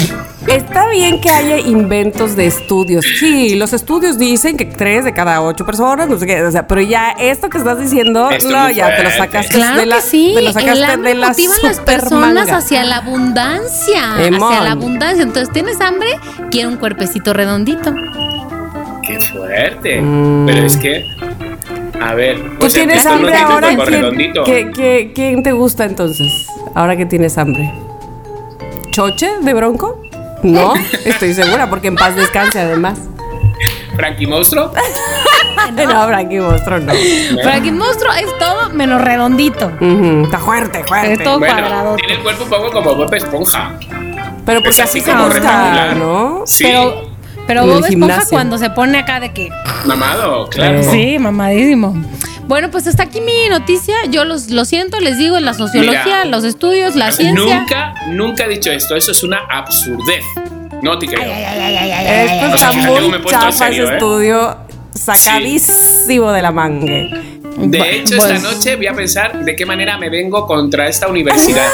Está bien que haya inventos de estudios. Sí, los estudios dicen que 3 de cada 8 personas, no sé qué, o sea, pero ya esto que estás diciendo, no, ya te lo sacaste claro de la, que sí. te lo sacaste de la motiva a las personas hacia la abundancia, hacia la abundancia. Entonces, ¿tienes hambre? Quiero un cuerpecito redondito. ¡Qué fuerte! Pero es que, a ver, ¿tú tienes hambre ahora? ¿Quién te gusta entonces? Ahora que tienes hambre. ¿Choche de Bronco? No, estoy segura, porque en paz descanse además. ¿Frankie Monstruo? No, Frankie Monstruo no. Frankie Monstruo es todo menos redondito. Está fuerte. Es todo cuadrado. Tiene el cuerpo un poco como Bob Esponja. Pero porque así se gusta, ¿no? Sí. Pero Bob Esponja cuando se pone acá de que... Mamado, claro. Sí, mamadísimo. Bueno, pues hasta aquí mi noticia. Yo lo siento, les digo, la sociología, los estudios, la ciencia. Nunca he dicho esto. Eso es una absurdez. No te creo. Esto está muy chafa, ese estudio sacadísimo de la manga. De hecho, esta noche voy a pensar de qué manera me vengo contra esta universidad.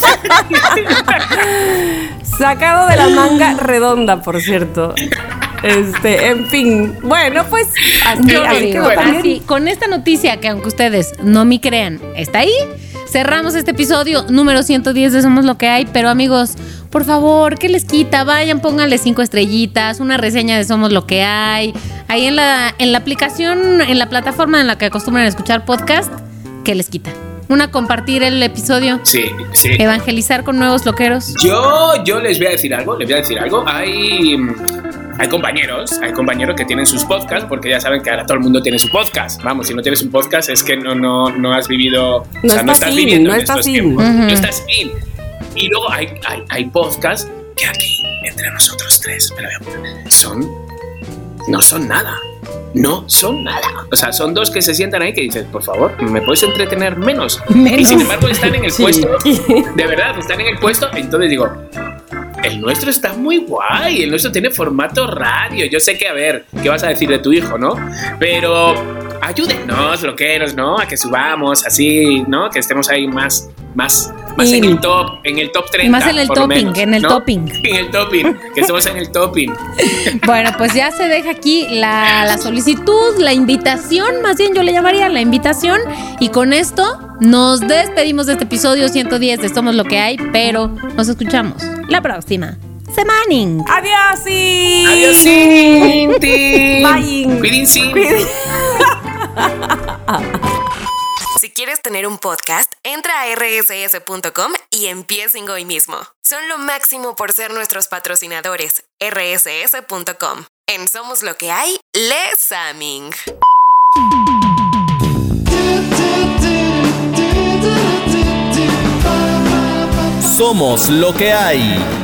Sacado de la manga redonda, por cierto. En fin, bueno, pues así, con esta noticia que aunque ustedes no me crean, está ahí. Cerramos este episodio número 110 de Somos Lo Que Hay. Pero amigos, por favor, ¿qué les quita? Vayan, pónganle 5 estrellitas, una reseña de Somos Lo Que Hay. Ahí en la aplicación, en la plataforma en la que acostumbran a escuchar podcast, ¿qué les quita? Compartir el episodio. Sí. Evangelizar con nuevos loqueros. Yo les voy a decir algo. Hay compañeros que tienen sus podcasts, porque ya saben que ahora todo el mundo tiene su podcast. Vamos, si no tienes un podcast es que no has vivido, no estás viviendo en estos tiempos. No estás in. Y luego hay podcasts que aquí, entre nosotros tres, pero no son nada. No son nada. O sea, son dos que se sientan ahí que dicen, por favor, ¿me puedes entretener menos? Y sin embargo están en el puesto. De verdad, están en el puesto. Entonces digo, el nuestro está muy guay. El nuestro tiene formato radio. Yo sé que, a ver, ¿qué vas a decir de tu hijo, no? Pero ayúdenos, loqueros, ¿no? A que subamos así, ¿no? Que estemos ahí más en el top 30. Más en el topping, menos, en el topping. En el topping, que estemos en el topping. Bueno, pues ya se deja aquí la solicitud, la invitación, más bien yo le llamaría la invitación. Y con esto nos despedimos de este episodio 110 de Somos Lo Que Hay, pero nos escuchamos la próxima semana. ¡Adiós! Bye. Cuídense. Si quieres tener un podcast, entra a rss.com y empiecen hoy mismo. Son lo máximo por ser nuestros patrocinadores. rss.com. En Somos Lo Que Hay, Lesaming. Somos Lo Que Hay.